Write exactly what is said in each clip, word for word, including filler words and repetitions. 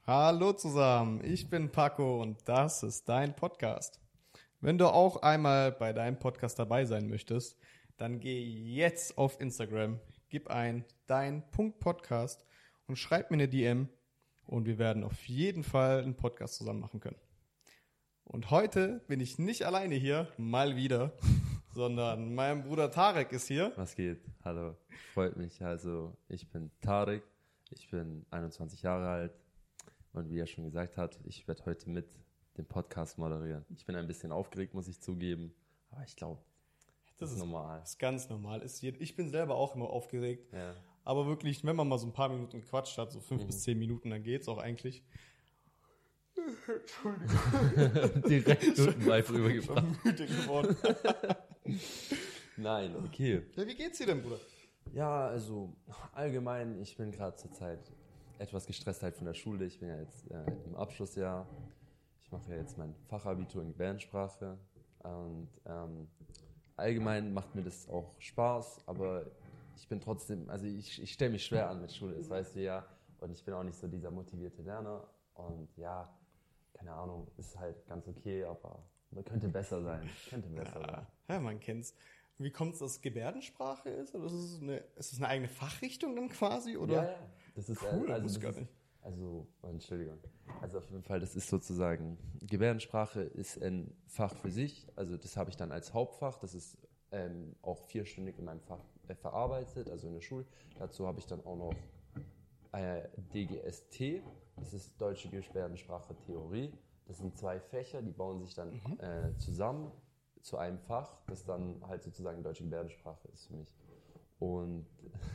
Hallo zusammen, ich bin Paco und das ist dein Podcast. Wenn du auch einmal bei deinem Podcast dabei sein möchtest, dann geh jetzt auf Instagram, gib ein dein.podcast und schreib mir eine D M und wir werden auf jeden Fall einen Podcast zusammen machen können. Und heute bin ich nicht alleine hier, mal wieder, sondern mein Bruder Tarek ist hier. Was geht? Hallo, freut mich. Also ich bin Tarek, ich bin einundzwanzig Jahre alt und wie er schon gesagt hat, ich werde heute mit dem Podcast moderieren. Ich bin ein bisschen aufgeregt, muss ich zugeben, aber ich glaube, das, das ist normal. Das ist ganz normal. Ich bin selber auch immer aufgeregt, ja. Aber wirklich, wenn man mal so ein paar Minuten gequatscht hat, so fünf mhm. bis zehn Minuten, dann geht's auch eigentlich. Entschuldigung. Direkt live rübergebracht. Ich bin müde geworden. Nein, okay. Ja, wie geht's dir denn, Bruder? Ja, also allgemein, ich bin gerade zur Zeit etwas gestresst halt von der Schule. Ich bin ja jetzt äh, im Abschlussjahr. Ich mache ja jetzt mein Fachabitur in Gebärdensprache. Und ähm, allgemein macht mir das auch Spaß, aber ich bin trotzdem, also ich, ich stelle mich schwer an mit Schule, das weißt du ja. Und ich bin auch nicht so dieser motivierte Lerner. Und ja, keine Ahnung, ist halt ganz okay, aber man könnte besser sein. Könnte besser ja, sein. Ja, man kennt's. Wie kommt es, dass Gebärdensprache ist? Oder ist es eine, ist es eine eigene Fachrichtung dann quasi? Oder? Ja, ja. Das ist cool, also, das das gar ist, nicht. Also, Entschuldigung. Also auf jeden Fall, das ist sozusagen, Gebärdensprache ist ein Fach für sich. Also das habe ich dann als Hauptfach. Das ist ähm, auch vierstündig in meinem Fach äh, verarbeitet, also in der Schule. Dazu habe ich dann auch noch äh, D G S T. Das ist Deutsche Gebärdensprache Theorie. Das sind zwei Fächer, die bauen sich dann mhm. äh, zusammen zu einem Fach, das dann halt sozusagen Deutsche Gebärdensprache ist für mich. Und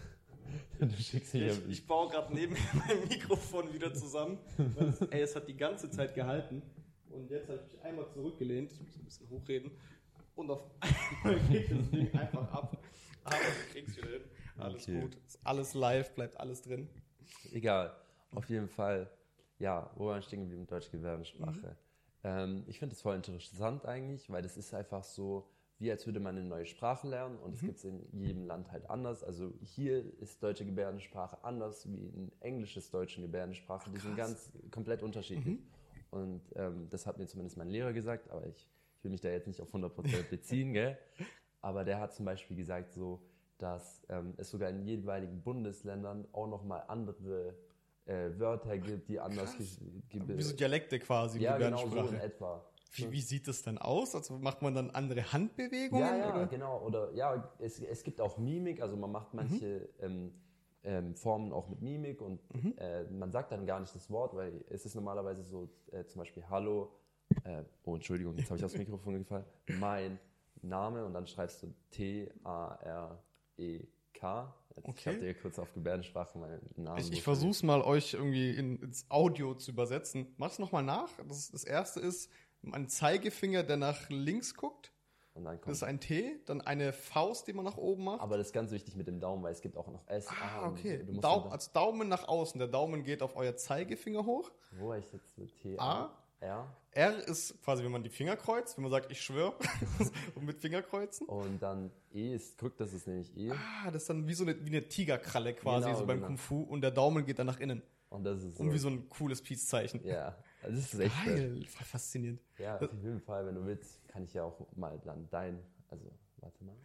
du schickst mich ich, ich baue gerade neben mein Mikrofon wieder zusammen. Es, ey, es hat die ganze Zeit gehalten. Und jetzt habe ich mich einmal zurückgelehnt. Ich muss ein bisschen hochreden. Und auf einmal geht das Ding einfach ab. Aber du kriegst wieder hin. Alles okay. Gut. Ist alles live, bleibt alles drin. Egal. Auf jeden Fall. Ja, wo waren wir stehen geblieben? Deutsche Gebärdensprache. Mhm. Ähm, ich finde das voll interessant eigentlich, weil das ist einfach so, wie als würde man eine neue Sprache lernen und es mhm. gibt es in jedem Land halt anders. Also hier ist deutsche Gebärdensprache anders wie ein englisches deutsche Gebärdensprache. Die sind ganz komplett unterschiedlich. Mhm. Und ähm, das hat mir zumindest mein Lehrer gesagt, aber ich, ich will mich da jetzt nicht auf hundert Prozent beziehen, gell? Aber der hat zum Beispiel gesagt so, dass ähm, es sogar in jeweiligen Bundesländern auch nochmal andere Äh, Wörter gibt, die anders gibt. Wie so Dialekte quasi. Ja, genau so in etwa. Wie, wie sieht das dann aus? Also macht man dann andere Handbewegungen? Ja, ja, oder? genau. Oder ja, es, es gibt auch Mimik, also man macht manche mhm. ähm, ähm, Formen auch mit Mimik und mhm. äh, man sagt dann gar nicht das Wort, weil es ist normalerweise so, äh, zum Beispiel Hallo, äh, oh Entschuldigung, jetzt habe ich aufs Mikrofon gefallen, mein Name und dann schreibst du T A R E K. Jetzt, okay. Ich habe dir kurz auf Gebärdensprache meinen Namen. Ich, ich versuche es mal, euch irgendwie in, ins Audio zu übersetzen. Mach's nochmal nach. Das, das erste ist ein Zeigefinger, der nach links guckt. Und dann kommt das ist ein T. Dann eine Faust, die man nach oben macht. Aber das ist ganz wichtig mit dem Daumen, weil es gibt auch noch S. Ah, okay. Du musst Daum, als Daumen nach außen. Der Daumen geht auf euer Zeigefinger hoch. Wo war ich jetzt mit T? A. R. R ist quasi, wenn man die Finger kreuzt, wenn man sagt, ich schwöre, und mit Fingerkreuzen. Und dann E ist, guck, das ist nämlich E. Ah, das ist dann wie so eine, wie eine Tigerkralle quasi, genau, so beim genau. Kung Fu. Und der Daumen geht dann nach innen. Und das ist so. Und wie so ein cooles Peace-Zeichen. Ja, also das ist echt geil, voll faszinierend. Ja, auf jeden Fall, wenn du willst, kann ich ja auch mal dann dein, also, warte mal,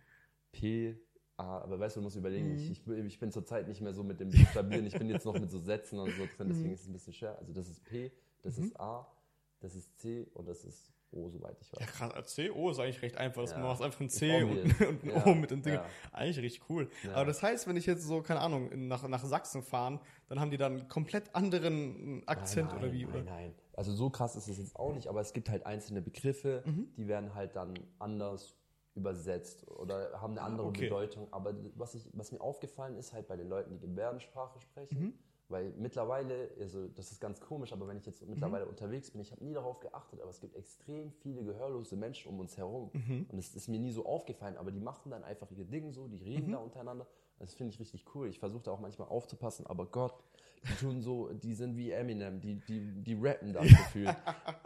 P, A, aber weißt du, du musst überlegen, mhm. ich, ich, ich bin zurzeit nicht mehr so mit dem Buchstabieren, ich bin jetzt noch mit so Sätzen und so drin, deswegen ist es ein bisschen schwer. Also das ist P, das mhm. ist A, das ist C und das ist O, soweit ich weiß. Ja, krass. C, O ist eigentlich recht einfach. Ja. Man macht einfach ein C oh, und, und ein ja. O mit den Dingen. Ja. Eigentlich richtig cool. Ja. Aber das heißt, wenn ich jetzt so, keine Ahnung, nach, nach Sachsen fahren, dann haben die dann einen komplett anderen Akzent nein, oder wie? Nein, oder? nein. Also so krass ist es jetzt auch nicht, aber es gibt halt einzelne Begriffe, mhm. die werden halt dann anders übersetzt oder haben eine andere okay. Bedeutung. Aber was, ich, was mir aufgefallen ist, halt bei den Leuten, die Gebärdensprache sprechen, mhm. weil mittlerweile, also das ist ganz komisch, aber wenn ich jetzt mittlerweile mhm. unterwegs bin, ich habe nie darauf geachtet, aber es gibt extrem viele gehörlose Menschen um uns herum. Mhm. Und es ist mir nie so aufgefallen, aber die machen dann einfach ihr Ding so, die reden mhm. da untereinander. Das finde ich richtig cool. Ich versuche da auch manchmal aufzupassen, aber Gott, die tun so, die sind wie Eminem, die, die, die rappen da gefühlt.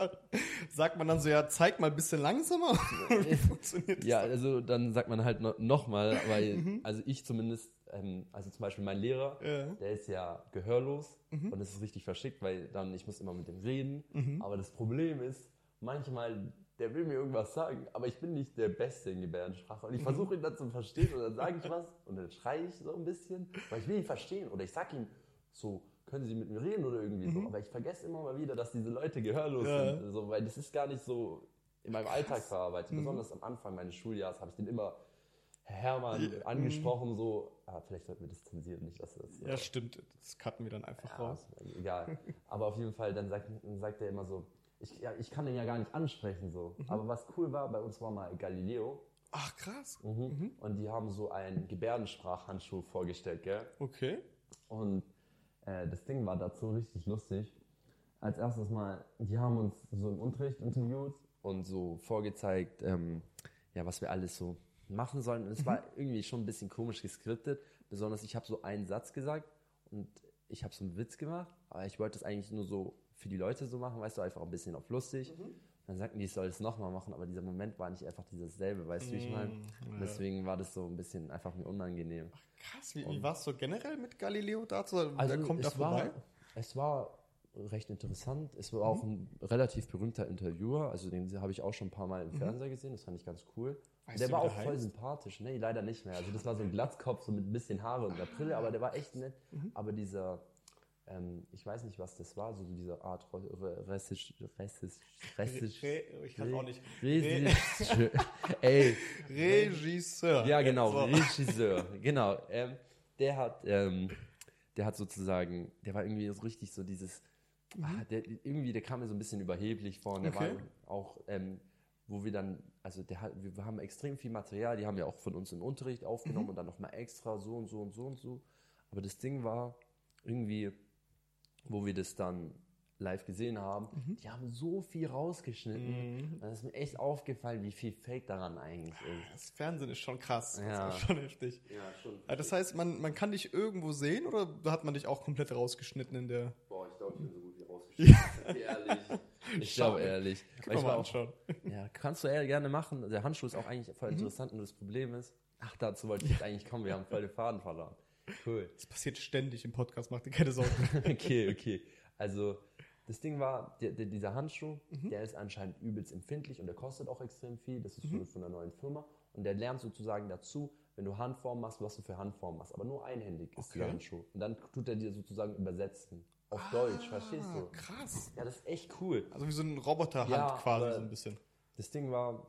Sagt man dann so, ja, zeig mal ein bisschen langsamer? Wie funktioniert das? Ja, also dann sagt man halt no, nochmal, weil, mhm. also ich zumindest ähm, also zum Beispiel mein Lehrer, Ja. der ist ja gehörlos Mhm. und das ist richtig verschickt, weil dann ich muss immer mit dem reden. Mhm. Aber das Problem ist, manchmal, der will mir irgendwas sagen, aber ich bin nicht der Beste in Gebärdensprache. Und ich versuche ihn dann zu verstehen und dann sage ich was und dann schreie ich so ein bisschen, weil ich will ihn verstehen. Oder ich sage ihm so, können Sie mit mir reden oder irgendwie Mhm. so. Aber ich vergesse immer mal wieder, dass diese Leute gehörlos Ja. sind. So, weil das ist gar nicht so in meinem Alltag verarbeitet. Mhm. Besonders am Anfang meines Schuljahres habe ich den immer Herr Hermann Ja, angesprochen, so, ah, vielleicht sollten wir das zensieren, nicht, dass das... Ja, stimmt. Das cutten wir dann einfach ja, raus. egal. Aber auf jeden Fall, dann sagt, dann sagt er immer so, ich, ja, ich kann den ja gar nicht ansprechen, so. Mhm. Aber was cool war, bei uns war mal Galileo. Ach, krass. Mhm. Mhm. Und die haben so einen Gebärdensprachhandschuh vorgestellt, gell? Okay. Und äh, das Ding war dazu richtig lustig. Als erstes mal, die haben uns so im Unterricht interviewt und so vorgezeigt, ähm, ja, was wir alles so machen sollen. Und es Mhm. war irgendwie schon ein bisschen komisch geskriptet. Besonders ich habe so einen Satz gesagt und ich habe so einen Witz gemacht, aber ich wollte es eigentlich nur so für die Leute so machen, weißt du, einfach ein bisschen auf lustig. Mhm. Dann sagten die, ich soll es nochmal machen, aber dieser Moment war nicht einfach dieses selbe, weißt du, wie ich meine? Mhm, ja. Deswegen war das so ein bisschen einfach mir unangenehm. Krass, wie, wie war es so generell mit Galileo dazu? Also Der kommt da es war, vorbei? es war recht interessant. Es war auch ein relativ berühmter Interviewer, also den habe ich auch schon ein paar Mal im Fernseher gesehen, das fand ich ganz cool. Weißt Der du, war wie auch der voll heißt? sympathisch. Nee, leider nicht mehr. Also das war so ein Glatzkopf, so mit ein bisschen Haare und einer Brille, aber der war echt nett. Aber dieser, ähm, ich weiß nicht, was das war, so diese Art Rassisch, Rassisch, Rassisch, Re- ich kann auch nicht. Rassisch, ey, Regisseur. ja, genau, So. Regisseur, genau. Ähm, der hat, ähm, der hat sozusagen, der war irgendwie so richtig so dieses, ah, der, irgendwie, der kam mir so ein bisschen überheblich vor. Und der Okay. war auch, ähm, wo wir dann, also der hat, wir haben extrem viel Material, die haben ja auch von uns im Unterricht aufgenommen und dann nochmal extra so und so und so und so. Aber das Ding war irgendwie, wo wir das dann live gesehen haben, die haben so viel rausgeschnitten. Mhm. Da ist mir echt aufgefallen, wie viel Fake daran eigentlich ist. Das Fernsehen ist schon krass. Ja. Das ist schon heftig. Ja, schon. Ja, das heißt, man, man kann dich irgendwo sehen oder hat man dich auch komplett rausgeschnitten in der... Boah, ich glaube, ich bin so gut wie rausgeschnitten. ehrlich. Ich Schau. glaube ehrlich. Weil Können wir ich mal war auch, anschauen. ja, kannst du eher gerne machen. Der Handschuh ist auch eigentlich voll interessant, nur das Problem ist, ach, dazu wollte ich jetzt eigentlich kommen, wir haben voll den Faden verloren. Cool. Das passiert ständig im Podcast, mach dir keine Sorgen. Okay, okay. Also, das Ding war, der, der, dieser Handschuh, der ist anscheinend übelst empfindlich und der kostet auch extrem viel. Das ist von, von einer neuen Firma. Und der lernt sozusagen dazu, wenn du Handform machst, was du für Handform machst. Aber nur einhändig ist Okay. dieser Handschuh. Und dann tut er dir sozusagen übersetzen. Auf Deutsch, verstehst Ah, du? krass. Ja, das ist echt cool. Also wie so eine Roboterhand Ja, quasi aber- so ein bisschen. Das Ding war,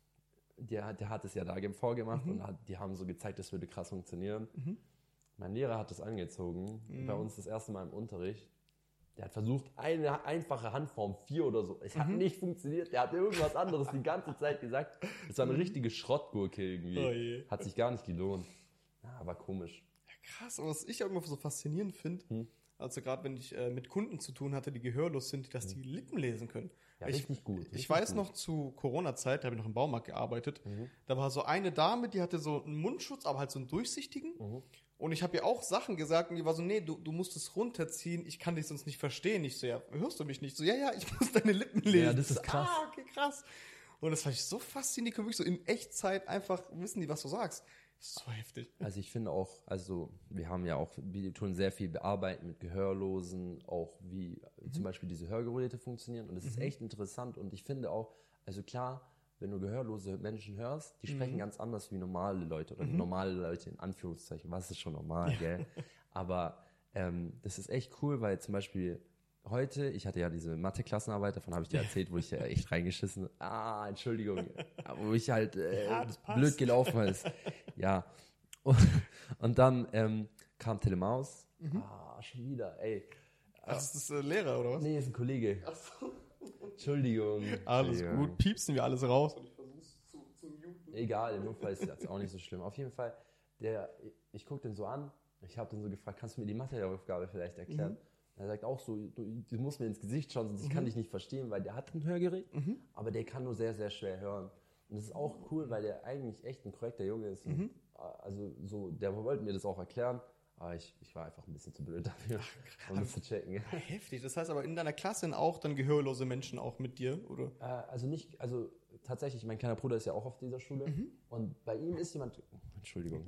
der, der hat es ja da vorgemacht und hat, die haben so gezeigt, das würde krass funktionieren. Mein Lehrer hat das angezogen, bei uns das erste Mal im Unterricht. Der hat versucht, eine einfache Handform, vier oder so. Es hat nicht funktioniert. Der hat irgendwas anderes die ganze Zeit gesagt. Das war eine richtige Schrottgurke irgendwie. Oh je. Hat sich gar nicht gelohnt. Ja, aber komisch. Ja, krass, aber was ich auch immer so faszinierend finde, Hm. also gerade wenn ich äh, mit Kunden zu tun hatte, die gehörlos sind, dass die Lippen lesen können. Ja, ich, richtig gut. Ich richtig weiß gut. noch zu Corona-Zeit, da habe ich noch im Baumarkt gearbeitet, Mhm. da war so eine Dame, die hatte so einen Mundschutz, aber halt so einen durchsichtigen. Mhm. Und ich habe ihr auch Sachen gesagt und die war so, nee, du, du musst es runterziehen, ich kann dich sonst nicht verstehen. Ich so, ja, hörst du mich nicht? So, ja, ja, ich muss deine Lippen lesen. Ja, das ist so, krass. Ah, okay, krass. Und das fand ich so faszinierend, die können wirklich so in Echtzeit einfach wissen, die was du sagst. Das ist so heftig. Also ich finde auch, also wir haben ja auch, wir tun sehr viel bearbeiten mit Gehörlosen, auch wie zum Beispiel diese Hörgeräte funktionieren und das ist echt interessant und ich finde auch, also klar, wenn du gehörlose Menschen hörst, die sprechen ganz anders wie normale Leute oder normale Leute in Anführungszeichen, was ist schon normal, gell? Aber ähm, das ist echt cool, weil zum Beispiel heute, ich hatte ja diese Mathe-Klassenarbeit, davon habe ich dir erzählt, wo ich ja echt reingeschissen, ah, Entschuldigung, wo ich halt äh, Ja, das passt. blöd gelaufen ist. Ja. Und, und dann ähm, kam Telemaus. Ah, schon wieder, ey. Das ist äh, Lehrer, oder was? Nee, ist ein Kollege. Ach so. Entschuldigung. Alles Entschuldigung. gut, piepsen wir alles raus. Und ich versuch's zu, zu muten. Egal, im Notfall ist das auch nicht so schlimm. Auf jeden Fall, der, ich gucke den so an. Ich habe den so gefragt, kannst du mir die Matheaufgabe vielleicht erklären? Mhm. Er sagt auch so, du, du musst mir ins Gesicht schauen, sonst ich kann dich nicht verstehen, weil der hat ein Hörgerät, Mhm. aber der kann nur sehr, sehr schwer hören. Und das ist auch cool, weil der eigentlich echt ein korrekter Junge ist. Mhm. Und, also so, der wollte mir das auch erklären, aber ich, ich war einfach ein bisschen zu blöd dafür, um das zu checken. Heftig, das heißt aber in deiner Klasse sind auch dann gehörlose Menschen auch mit dir, oder? Äh, also nicht, also tatsächlich, mein kleiner Bruder ist ja auch auf dieser Schule Mhm. und bei ihm ist jemand, Entschuldigung, ich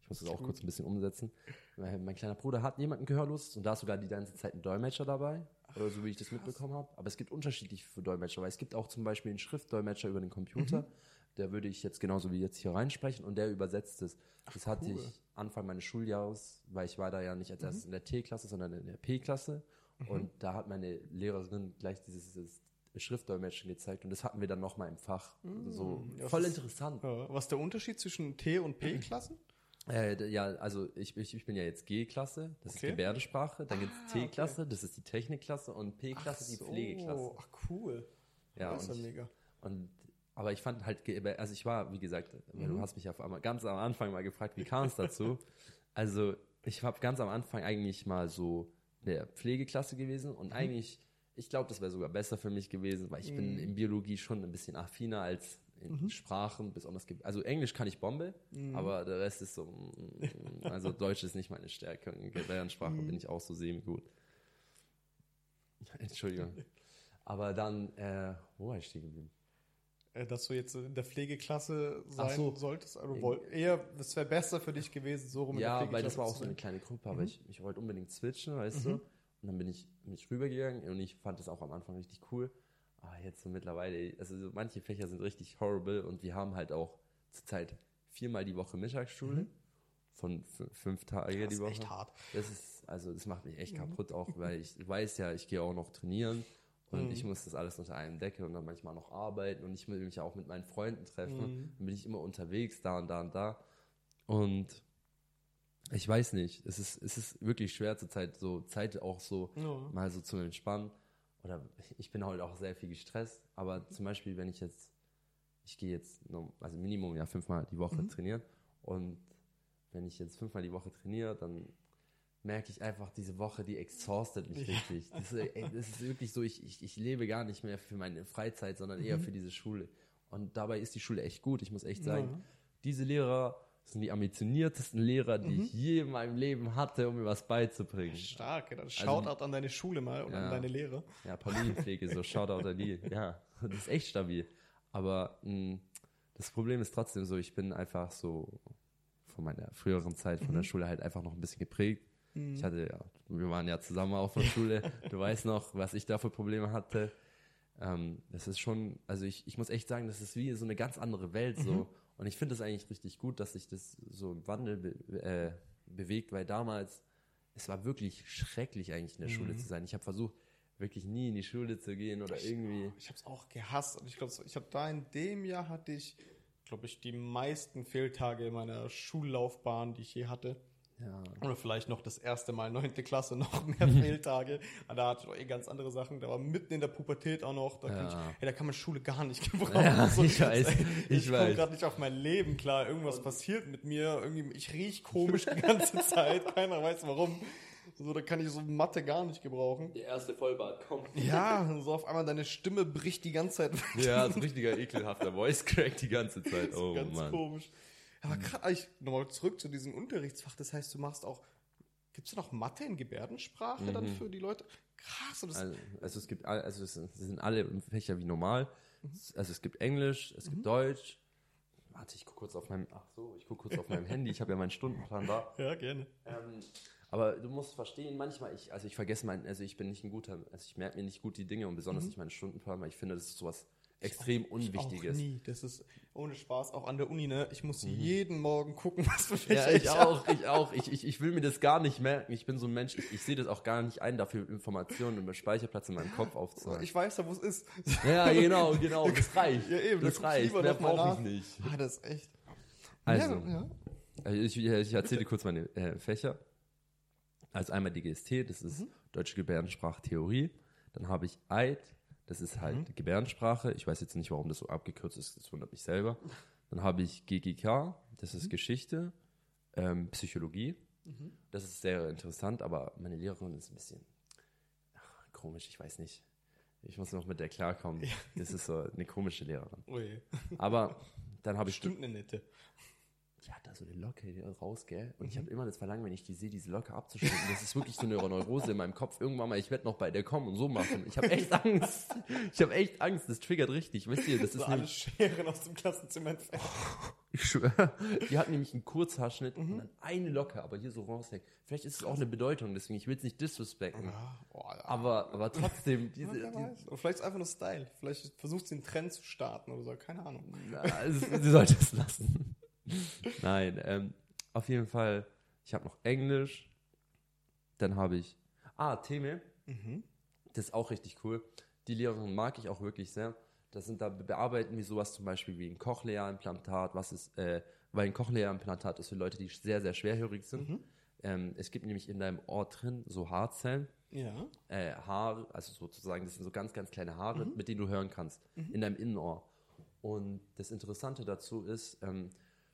muss das auch kurz ein bisschen umsetzen. Mein, mein kleiner Bruder hat jemanden Gehörlost und da ist sogar die ganze Zeit ein Dolmetscher dabei. Oder so, wie ich das mitbekommen habe. Aber es gibt unterschiedliche für Dolmetscher, weil es gibt auch zum Beispiel einen Schriftdolmetscher über den Computer. Mhm. Der würde ich jetzt genauso wie jetzt hier reinsprechen und der übersetzt es. Das Ach, hatte cool. ich Anfang meines Schuljahres, weil ich war da ja nicht als erstes mhm. in der T-Klasse, sondern in der P-Klasse. Mhm. Und da hat meine Lehrerin gleich dieses, dieses Schriftdolmetschen gezeigt und das hatten wir dann nochmal im Fach. Mhm. So ja, voll ist, interessant. Ja. Was ist der Unterschied zwischen T- und P-Klassen? Äh, ja, also ich, ich, ich bin ja jetzt G-Klasse, das okay. ist Gebärdensprache, dann gibt es ah, T-Klasse, okay. das ist die Technikklasse und P-Klasse die so. Pflegeklasse. Ach cool. Ja, das ist und ja ich, mega. Und, aber ich fand halt, also ich war, wie gesagt, mhm. du hast mich ja ganz am Anfang mal gefragt, wie kam es dazu? Also ich habe ganz am Anfang eigentlich mal so der Pflegeklasse gewesen und mhm. eigentlich, ich glaube, das wäre sogar besser für mich gewesen, weil ich mhm. bin in Biologie schon ein bisschen affiner als in mhm. Sprachen, besonders, also Englisch kann ich Bombe, mhm. aber der Rest ist so, also Deutsch ist nicht meine Stärke, in Gebärdensprache mhm. bin ich auch so semi-gut. Entschuldigung. Aber dann, äh, wo war ich stehen geblieben? Dass du jetzt in der Pflegeklasse sein so. solltest, also woll, eher, es wäre besser für dich gewesen, so rum in ja, der Pflegeklasse. Ja, weil das war auch so eine kleine Gruppe, aber mhm. ich, ich wollte unbedingt switchen, weißt mhm. du, und dann bin ich, bin ich rübergegangen und ich fand das auch am Anfang richtig cool. Aber jetzt so mittlerweile, also so manche Fächer sind richtig horrible und wir haben halt auch zurzeit viermal die Woche Mittagsschule mhm. von f- fünf Tage die Woche. Das ist echt hart. Das ist, also das macht mich echt mhm. kaputt auch, weil ich weiß ja, ich gehe auch noch trainieren und mhm. ich muss das alles unter einem Deckel und dann manchmal noch arbeiten und ich will mich auch mit meinen Freunden treffen. Mhm. Dann bin ich immer unterwegs, da und da und da. Und ich weiß nicht, es ist, es ist wirklich schwer zurzeit, so Zeit auch so ja. mal so zu entspannen. Oder ich bin halt auch sehr viel gestresst, aber zum Beispiel, wenn ich jetzt, ich gehe jetzt, also Minimum ja fünfmal die Woche mhm. trainieren und wenn ich jetzt fünfmal die Woche trainiere, dann merke ich einfach, diese Woche, die exhaustet mich ja. richtig. Das ist, ey, das ist wirklich so, ich, ich, ich lebe gar nicht mehr für meine Freizeit, sondern eher mhm. für diese Schule. Und dabei ist die Schule echt gut, ich muss echt sagen, ja. diese Lehrer sind die ambitioniertesten Lehrer, die mhm. ich je in meinem Leben hatte, um mir was beizubringen. Stark, dann Shoutout also, an deine Schule mal und ja, an deine Lehrer. Ja, Paulinenpflege, so Shoutout an die. Ja, das ist echt stabil. Aber mh, das Problem ist trotzdem so, ich bin einfach so von meiner früheren Zeit von mhm. der Schule halt einfach noch ein bisschen geprägt. Mhm. Ich hatte ja, wir waren ja zusammen auf der Schule. Du weißt noch, was ich da für Probleme hatte. Ähm, das ist schon, also ich, ich muss echt sagen, das ist wie so eine ganz andere Welt so. Mhm. Und ich finde es eigentlich richtig gut, dass sich das so im Wandel be- äh, bewegt, weil damals, es war wirklich schrecklich eigentlich in der mhm. Schule zu sein. Ich habe versucht, wirklich nie in die Schule zu gehen oder ich, irgendwie. Ich habe es auch gehasst. Und ich glaube, ich habe da in dem Jahr hatte ich, glaube ich, die meisten Fehltage in meiner Schullaufbahn, die ich je hatte. Ja. Oder vielleicht noch das erste Mal neunte Klasse, noch mehr Fehltage. Da hatte ich doch eh ganz andere Sachen. Da war mitten in der Pubertät auch noch. Da, ja. kann, ich, hey, da kann man Schule gar nicht gebrauchen. Ja, so, ich weiß. Ich, ich komme gerade nicht auf mein Leben klar. Irgendwas passiert mit mir. Irgendwie, ich riech komisch die ganze Zeit. Keiner weiß warum. So, da kann ich so Mathe gar nicht gebrauchen. Der erste Vollbart kommt. Ja, so auf einmal deine Stimme bricht die ganze Zeit weg. Ja, so ein richtiger ekelhafter Voice Crack die ganze Zeit. Oh, ganz Mann. Komisch. Aber gerade nochmal zurück zu diesem Unterrichtsfach. Das heißt, du machst auch, gibt es noch Mathe in Gebärdensprache mhm. dann für die Leute? Krass. Das also, also es gibt, also es sind alle Fächer wie normal. Mhm. Also es gibt Englisch, es gibt mhm. Deutsch. Warte, ich gucke kurz auf meinem, ach so, ich gucke kurz auf meinem Handy. Ich habe ja meinen Stundenplan da. Ja, gerne. Ähm, aber du musst verstehen, manchmal, ich, also ich vergesse mein, also ich bin nicht ein guter, also ich merke mir nicht gut die Dinge und besonders mhm. nicht meinen Stundenplan, weil ich finde, das ist sowas extrem ich Unwichtiges. Auch nie. Das ist ohne Spaß, auch an der Uni, ne? Ich muss mhm. jeden Morgen gucken, was für Fächer ich, ja, ich auch, ich auch. Ich, ich, ich will mir das gar nicht merken. Ich bin so ein Mensch, ich, ich sehe das auch gar nicht ein, dafür Informationen über Speicherplatz in meinem Kopf aufzuhalten. Ich weiß ja, wo es ist. Ja, genau, genau. Das reicht. Ja, eben. Das reicht. Mehr brauche ich nicht. Ah, das ist echt. Also, ja, ja. Ich, ich erzähle dir kurz meine äh, Fächer. Also einmal die G S T, das ist mhm. Deutsche Gebärdensprachtheorie. Dann habe ich Eid, das ist halt mhm. Gebärdensprache. Ich weiß jetzt nicht, warum das so abgekürzt ist, das wundert mich selber. Dann habe ich G G K, das ist mhm. Geschichte, ähm, Psychologie. Mhm. Das ist sehr interessant, aber meine Lehrerin ist ein bisschen ach, komisch, ich weiß nicht. Ich muss noch mit der klarkommen. Das ist so eine komische Lehrerin. Ui. Aber dann habe ich... Stimmt eine nette. die hat da so eine Locke raus, gell? Und mhm. ich habe immer das Verlangen, wenn ich die sehe, diese Locke abzuschneiden. Das ist wirklich so eine Neurose in meinem Kopf. Irgendwann mal, ich werde noch bei der kommen und so machen. Ich habe echt Angst. Ich habe echt Angst. Das triggert richtig. Wisst ihr, das so ist alle nämlich... Scheren aus dem Klassenzimmer entfernt. Ich schwöre. Die hat nämlich einen Kurzhaarschnitt mhm. und dann eine Locke, aber hier so raushängt. Vielleicht ist es auch eine Bedeutung, deswegen, ich will es nicht disrespekten. Ja. Oh, ja. aber, aber trotzdem, diese... Ja, die, oder vielleicht ist es einfach nur Style. Vielleicht versucht sie einen Trend zu starten oder so. Keine Ahnung. Na, also, sie sollte es lassen. Nein, ähm, auf jeden Fall, ich habe noch Englisch, dann habe ich, ah, Themen, mhm. das ist auch richtig cool, die Lehrerin mag ich auch wirklich sehr, das sind da, bearbeiten wir sowas zum Beispiel wie ein Cochlea-Implantat, was ist, äh, weil ein Cochlea-Implantat ist für Leute, die sehr, sehr schwerhörig sind, mhm. ähm, es gibt nämlich in deinem Ohr drin so Haarzellen, ja. äh, Haare, also sozusagen, das sind so ganz, ganz kleine Haare, mhm. mit denen du hören kannst, mhm. in deinem Innenohr. Und das Interessante dazu ist, ähm,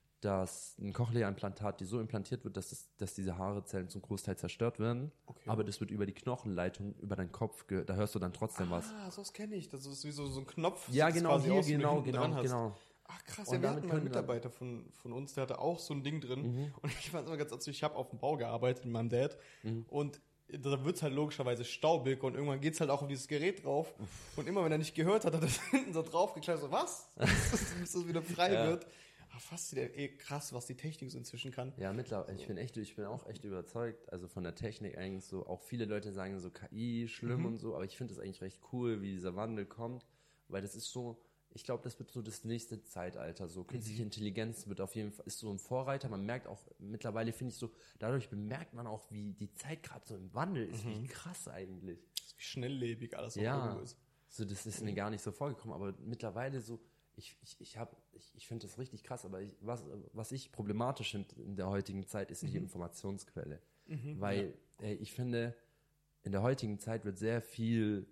dass ein Cochlea-Implantat, die so implantiert wird, dass, das, dass diese Haarezellen zum Großteil zerstört werden. Okay. Aber das wird über die Knochenleitung, über deinen Kopf, ge- da hörst du dann trotzdem ah, was. Ah, so das kenne ich. Das ist wie so, so ein Knopf. Ja, genau, hier, aus, genau, genau, genau. Ach krass, ja, wir hatten mal einen Mitarbeiter von, von uns, der hatte auch so ein Ding drin. Mhm. Und ich fand es immer ganz lustig, ich habe auf dem Bau gearbeitet mit meinem Dad. Mhm. Und da wird es halt logischerweise staubig und irgendwann geht es halt auch auf dieses Gerät drauf. Uff. Und immer, wenn er nicht gehört hat, hat er das hinten so drauf geklatscht, so was? Bis das wieder frei ja. wird. Fast eh krass, was die Technik so inzwischen kann. Ja, mittlerweile, ich bin echt, ich bin auch echt überzeugt, also von der Technik eigentlich so, auch viele Leute sagen so K I, schlimm mhm. und so, aber ich finde das eigentlich recht cool, wie dieser Wandel kommt, weil das ist so, ich glaube, das wird so das nächste Zeitalter, so künstliche mhm. Intelligenz wird auf jeden Fall, ist so ein Vorreiter, man merkt auch, mittlerweile finde ich so, dadurch bemerkt man auch, wie die Zeit gerade so im Wandel ist, mhm. wie krass eigentlich. Wie schnelllebig alles ja, ist. So, das ist mhm. mir gar nicht so vorgekommen, aber mittlerweile so, Ich, ich, ich, ich, ich finde das richtig krass, aber ich, was, was ich problematisch finde in der heutigen Zeit, ist mhm. die Informationsquelle. Mhm, Weil ja. ey, ich finde, in der heutigen Zeit wird sehr viel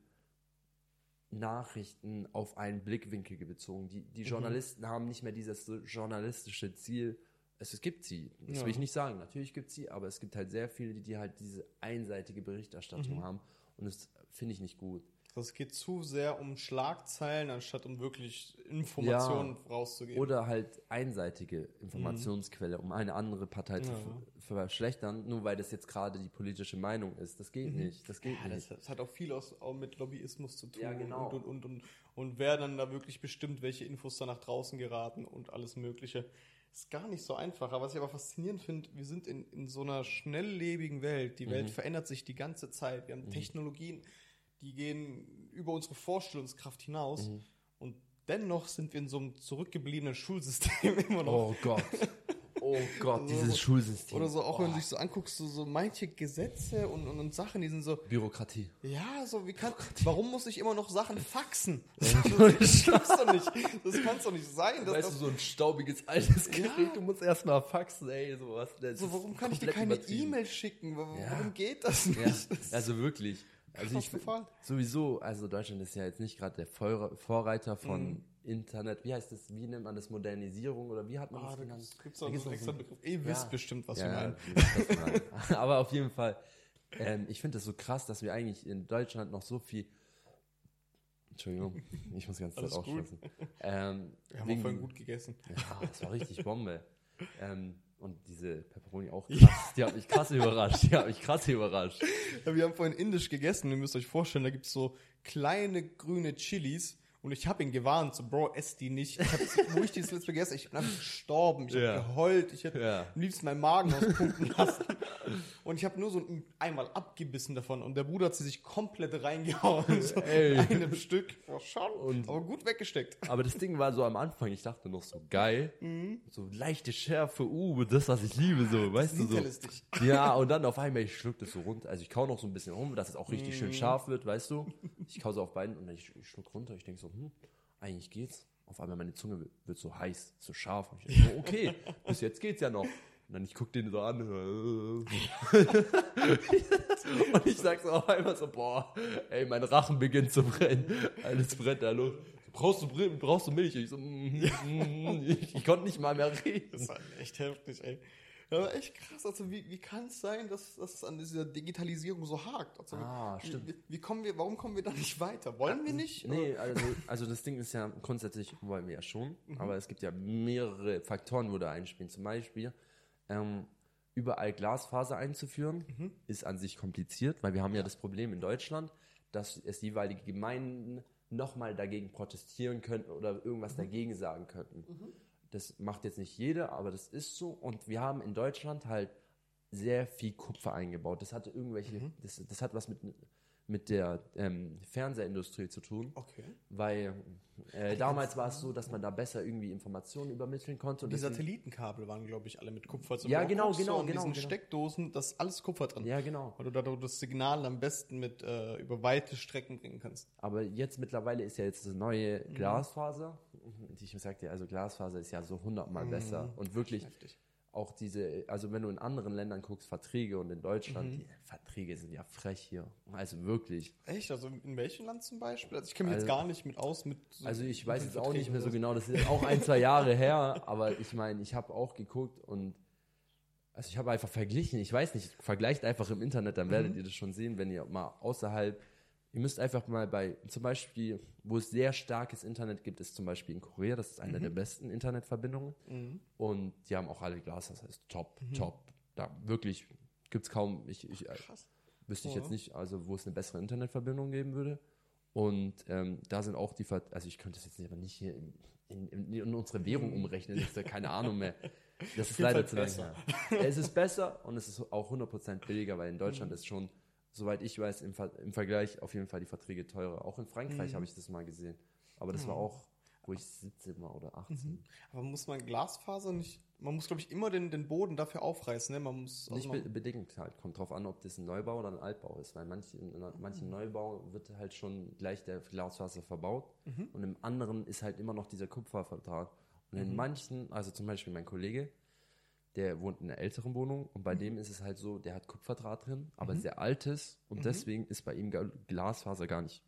Nachrichten auf einen Blickwinkel bezogen. Die, die Journalisten mhm. haben nicht mehr dieses journalistische Ziel. Es, es gibt sie, das ja. will ich nicht sagen. Natürlich gibt es sie, aber es gibt halt sehr viele, die, die halt diese einseitige Berichterstattung mhm. haben. Und das finde ich nicht gut. Es geht zu sehr um Schlagzeilen, anstatt um wirklich Informationen ja, rauszugeben. Oder halt einseitige Informationsquelle, mhm. um eine andere Partei ja. zu verschlechtern, nur weil das jetzt gerade die politische Meinung ist. Das geht mhm. nicht. Das geht ja, nicht. Das, das hat auch viel aus, auch mit Lobbyismus zu tun. Ja, genau. Und, und, und, und, und wer dann da wirklich bestimmt, welche Infos da nach draußen geraten und alles Mögliche. Ist gar nicht so einfach. Aber was ich aber faszinierend finde, wir sind in, in so einer schnelllebigen Welt. Die Welt mhm. verändert sich die ganze Zeit. Wir haben mhm. Technologien, die gehen über unsere Vorstellungskraft hinaus mhm. und dennoch sind wir in so einem zurückgebliebenen Schulsystem immer noch. Oh Gott. Oh Gott, also, dieses Schulsystem. Oder so, auch oh. wenn du dich so anguckst, so, so manche Gesetze und, und, und Sachen, die sind so... Bürokratie. Ja, so wie kann... Warum muss ich immer noch Sachen faxen? Das, das, das kann's doch nicht. Das kann's doch nicht sein. Weißt du, so ein staubiges, altes Gerät, ja. du musst erstmal faxen, ey, sowas. So, warum kann ich dir keine E-Mail schicken? Warum ja. geht das nicht? Ja. Also wirklich... Also ich, sowieso, also Deutschland ist ja jetzt nicht gerade der Vorreiter von mm. Internet. Wie heißt das? Wie nennt man das? Modernisierung oder wie hat man ah, das genannt? Da gibt es auch einen extra so Begriff. Ihr wisst ja. bestimmt, was ja, wir meinen. Ja, meinen. Aber auf jeden Fall, ähm, ich finde das so krass, dass wir eigentlich in Deutschland noch so viel... Entschuldigung, ich muss die ganze Zeit aufschließen. Ähm, wir haben auch vorhin gut gegessen. Ja, das war richtig Bombe. ähm, Und diese Pepperoni auch krass. Die hat mich krass überrascht. Die hat mich krass überrascht. Ja, wir haben vorhin indisch gegessen. Ihr müsst euch vorstellen, da gibt es so kleine grüne Chilis. Und ich habe ihn gewarnt, so, Bro, ess die nicht. Ich hab, wo ich die das letzte Mal gegessen, ich bin einfach gestorben. Ich ja. habe geheult. Ich hätte ja. am liebsten meinen Magen auspumpen lassen. Und ich habe nur so ein, einmal abgebissen davon. Und der Bruder hat sie sich komplett reingehauen. So in einem Stück. Oh, schon. Und, aber gut weggesteckt. Aber das Ding war so am Anfang, ich dachte noch so, geil. Mhm. So leichte Schärfe, uh, das, was ich liebe, so, weißt du so. Ja, und dann auf einmal, ich schluck das so runter. Also ich kau noch so ein bisschen rum, dass es auch richtig mhm. schön scharf wird, weißt du. Ich kau so auf beiden und dann ich, ich schluck runter. Ich denke so, hm, eigentlich geht's. Auf einmal meine Zunge wird, wird so heiß, so scharf. Und ich denke so, okay, bis jetzt geht's ja noch. Und dann ich guck den so an. Und ich sag so auf einmal so, boah, ey, mein Rachen beginnt zu brennen. Alles brennt da los. Brauchst du, brauchst du Milch? Ich so, mm, mm, ich, ich konnte nicht mal mehr reden. Das war echt heftig, ey. Ja, echt krass. Also wie, wie kann es sein, dass, dass es an dieser Digitalisierung so hakt? Also, Ah, wie, stimmt. Wie, wie kommen wir, warum kommen wir da nicht weiter? Wollen wir nicht? Nee, also, also das Ding ist ja, grundsätzlich wollen wir ja schon, mhm. aber es gibt ja mehrere Faktoren, wo da einspielen. Zum Beispiel, ähm, überall Glasfaser einzuführen, mhm. ist an sich kompliziert, weil wir haben ja, ja das Problem in Deutschland, dass es jeweilige Gemeinden nochmal dagegen protestieren könnten oder irgendwas mhm. dagegen sagen könnten. Mhm. Das macht jetzt nicht jeder, aber das ist so. Und wir haben in Deutschland halt sehr viel Kupfer eingebaut. Das hatte irgendwelche, mhm. das, das hat was mit, mit der ähm, Fernsehindustrie zu tun. Okay. Weil äh, damals war es so, dass man da besser irgendwie Informationen übermitteln konnte. Und die deswegen, Satellitenkabel waren, glaube ich, alle mit Kupfer. Ja, genau, genau, so genau. In diesen genau. Steckdosen, das ist alles Kupfer drin. Ja, genau. Weil du da das Signal am besten mit äh, über weite Strecken bringen kannst. Aber jetzt mittlerweile ist ja jetzt das neue mhm. Glasfaser. Ich sag dir, also Glasfaser ist ja so hundertmal mhm. besser. Und wirklich Heftig. Auch diese, also wenn du in anderen Ländern guckst, Verträge und in Deutschland, mhm. die Verträge sind ja frech hier. Also wirklich. Echt? Also in welchem Land zum Beispiel? Also ich kenne mich also, jetzt gar nicht mit aus. mit so Also ich weiß jetzt auch nicht mehr so genau, das ist auch ein, zwei Jahre her, aber ich meine, ich habe auch geguckt und also ich habe einfach verglichen, ich weiß nicht, vergleicht einfach im Internet, dann werdet mhm. ihr das schon sehen, wenn ihr mal außerhalb, ihr müsst einfach mal bei, zum Beispiel, wo es sehr starkes Internet gibt, ist zum Beispiel in Korea, das ist eine mhm. der besten Internetverbindungen mhm. und die haben auch alle Glas, das heißt top, mhm. top, da wirklich gibt es kaum, ich, ich Krass. wüsste ich oh. jetzt nicht, also wo es eine bessere Internetverbindung geben würde und ähm, da sind auch die, Ver- also ich könnte das jetzt nicht, aber nicht hier in, in, in, in unsere Währung umrechnen, das ist ja keine Ahnung mehr. Das ist leider zu lang. Es ist besser und es ist auch hundert Prozent billiger, weil in Deutschland mhm. ist schon, soweit ich weiß, im, Ver- im Vergleich auf jeden Fall die Verträge teurer. Auch in Frankreich mhm. habe ich das mal gesehen. Aber das mhm. war auch, wo ich siebzehn war oder achtzehn. Mhm. Aber muss man Glasfaser nicht, man muss glaube ich immer den, den Boden dafür aufreißen, ne? Man muss nicht be- bedingt halt, kommt drauf an, ob das ein Neubau oder ein Altbau ist, weil manche, in manchen mhm. Neubau wird halt schon gleich der Glasfaser verbaut mhm. und im anderen ist halt immer noch dieser Kupfervertrag. Und in mhm. manchen, also zum Beispiel mein Kollege, der wohnt in einer älteren Wohnung und bei mhm. dem ist es halt so, der hat Kupferdraht drin, aber mhm. sehr altes und mhm. deswegen ist bei ihm Glasfaser gar nicht,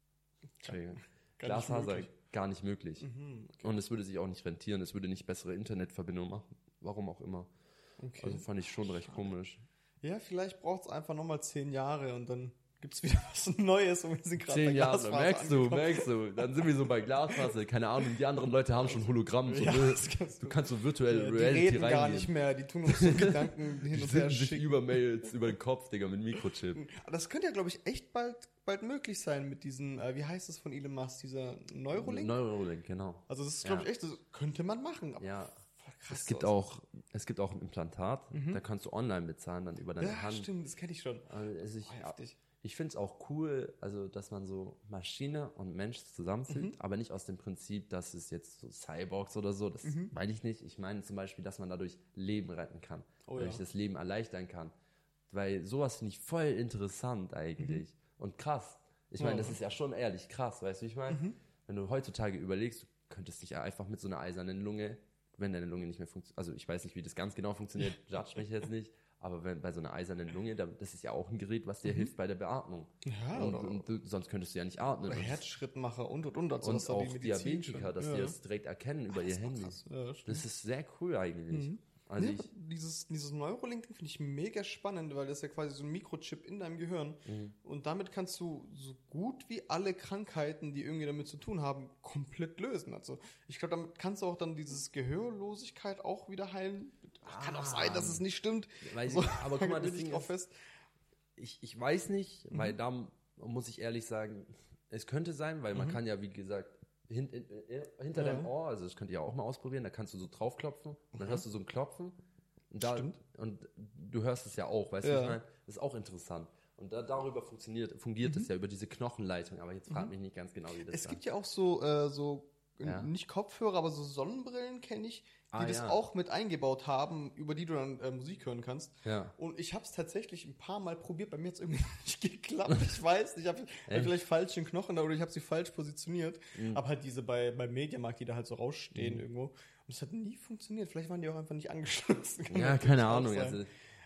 gar, gar Glasfaser nicht gar nicht möglich. Mhm, okay. Und es würde sich auch nicht rentieren, es würde nicht bessere Internetverbindungen machen, warum auch immer. Okay. Also fand ich schon recht komisch. Ja, vielleicht braucht es einfach nochmal zehn Jahre und dann gibt es wieder was Neues und wir sind gerade bei Glasfaser. Jahre, merkst du, merkst du. Dann sind wir so bei Glasfaser, keine Ahnung, die anderen Leute haben schon Hologramm. So ja, du, du kannst so virtuell ja, Reality reingehen. Die reden gar reingehen. Nicht mehr, die tun uns so Gedanken hin und her schicken. über Mails, über den Kopf, Digga, mit Mikrochip. Aber das könnte ja, glaube ich, echt bald, bald möglich sein mit diesem, äh, wie heißt das von Elon Musk, dieser Neurolink? Neurolink, genau. Also das ist, glaube ja. ich, echt, das könnte man machen. Aber ja. Krass, es gibt auch, es gibt auch ein Implantat, mhm. da kannst du online bezahlen, dann über deine ja, Hand. Ja, stimmt, das kenne ich schon. Also ich, oh, heftig. Ich finde es auch cool, also dass man so Maschine und Mensch zusammenfügt, mhm. aber nicht aus dem Prinzip, dass es jetzt so Cyborgs oder so, das mhm. meine ich nicht. Ich meine zum Beispiel, dass man dadurch Leben retten kann, oh, dadurch ja. das Leben erleichtern kann. Weil sowas finde ich voll interessant eigentlich mhm. und krass. Ich meine, oh. das ist ja schon ehrlich krass, weißt du, wie ich meine? Mhm. Wenn du heutzutage überlegst, du könntest dich ja einfach mit so einer eisernen Lunge, wenn deine Lunge nicht mehr funktioniert, also ich weiß nicht, wie das ganz genau funktioniert, judge mich jetzt nicht, aber wenn, bei so einer eisernen Lunge, das ist ja auch ein Gerät, was dir mhm. hilft bei der Beatmung. Ja, und, oder, und du, sonst könntest du ja nicht atmen. Oder Herzschrittmacher und und und. Also und auch Diabetiker, dass ja. die das direkt erkennen über Ach, ihr Handy. Ja, das, das ist sehr cool eigentlich. Mhm. Also ja, ich, dieses, dieses Neurolink finde ich mega spannend, weil das ist ja quasi so ein Mikrochip in deinem Gehirn. Mhm. Und damit kannst du so gut wie alle Krankheiten, die irgendwie damit zu tun haben, komplett lösen. Also ich glaube, damit kannst du auch dann dieses Gehörlosigkeit auch wieder heilen. Ah, kann auch sein, dass es nicht stimmt. Weiß so, ich, aber guck mal, das Ding ist, fest. Ich, ich weiß nicht, mhm. weil da muss ich ehrlich sagen, es könnte sein, weil mhm. man kann ja, wie gesagt, hint, in, in, hinter ja. deinem Ohr, also das könnt ihr auch mal ausprobieren, da kannst du so draufklopfen und dann mhm. hörst du so ein Klopfen und, da, und du hörst es ja auch, weißt ja. du, ich meine, das ist auch interessant. Und da, darüber funktioniert, fungiert mhm. es ja über diese Knochenleitung, aber jetzt frag mich nicht ganz genau, wie das ist. Es gibt ja auch so, äh, so ja. nicht Kopfhörer, aber so Sonnenbrillen kenne ich, die ah, das ja. auch mit eingebaut haben, über die du dann äh, Musik hören kannst. Ja. Und ich habe es tatsächlich ein paar Mal probiert, bei mir hat es irgendwie nicht geklappt. Ich weiß nicht, ich habe hab vielleicht falschen Knochen oder ich habe sie falsch positioniert. Mhm. Aber halt diese bei, bei Mediamarkt, die da halt so rausstehen mhm. irgendwo. Und es hat nie funktioniert. Vielleicht waren die auch einfach nicht angeschlossen. Ja, keine Ahnung. Also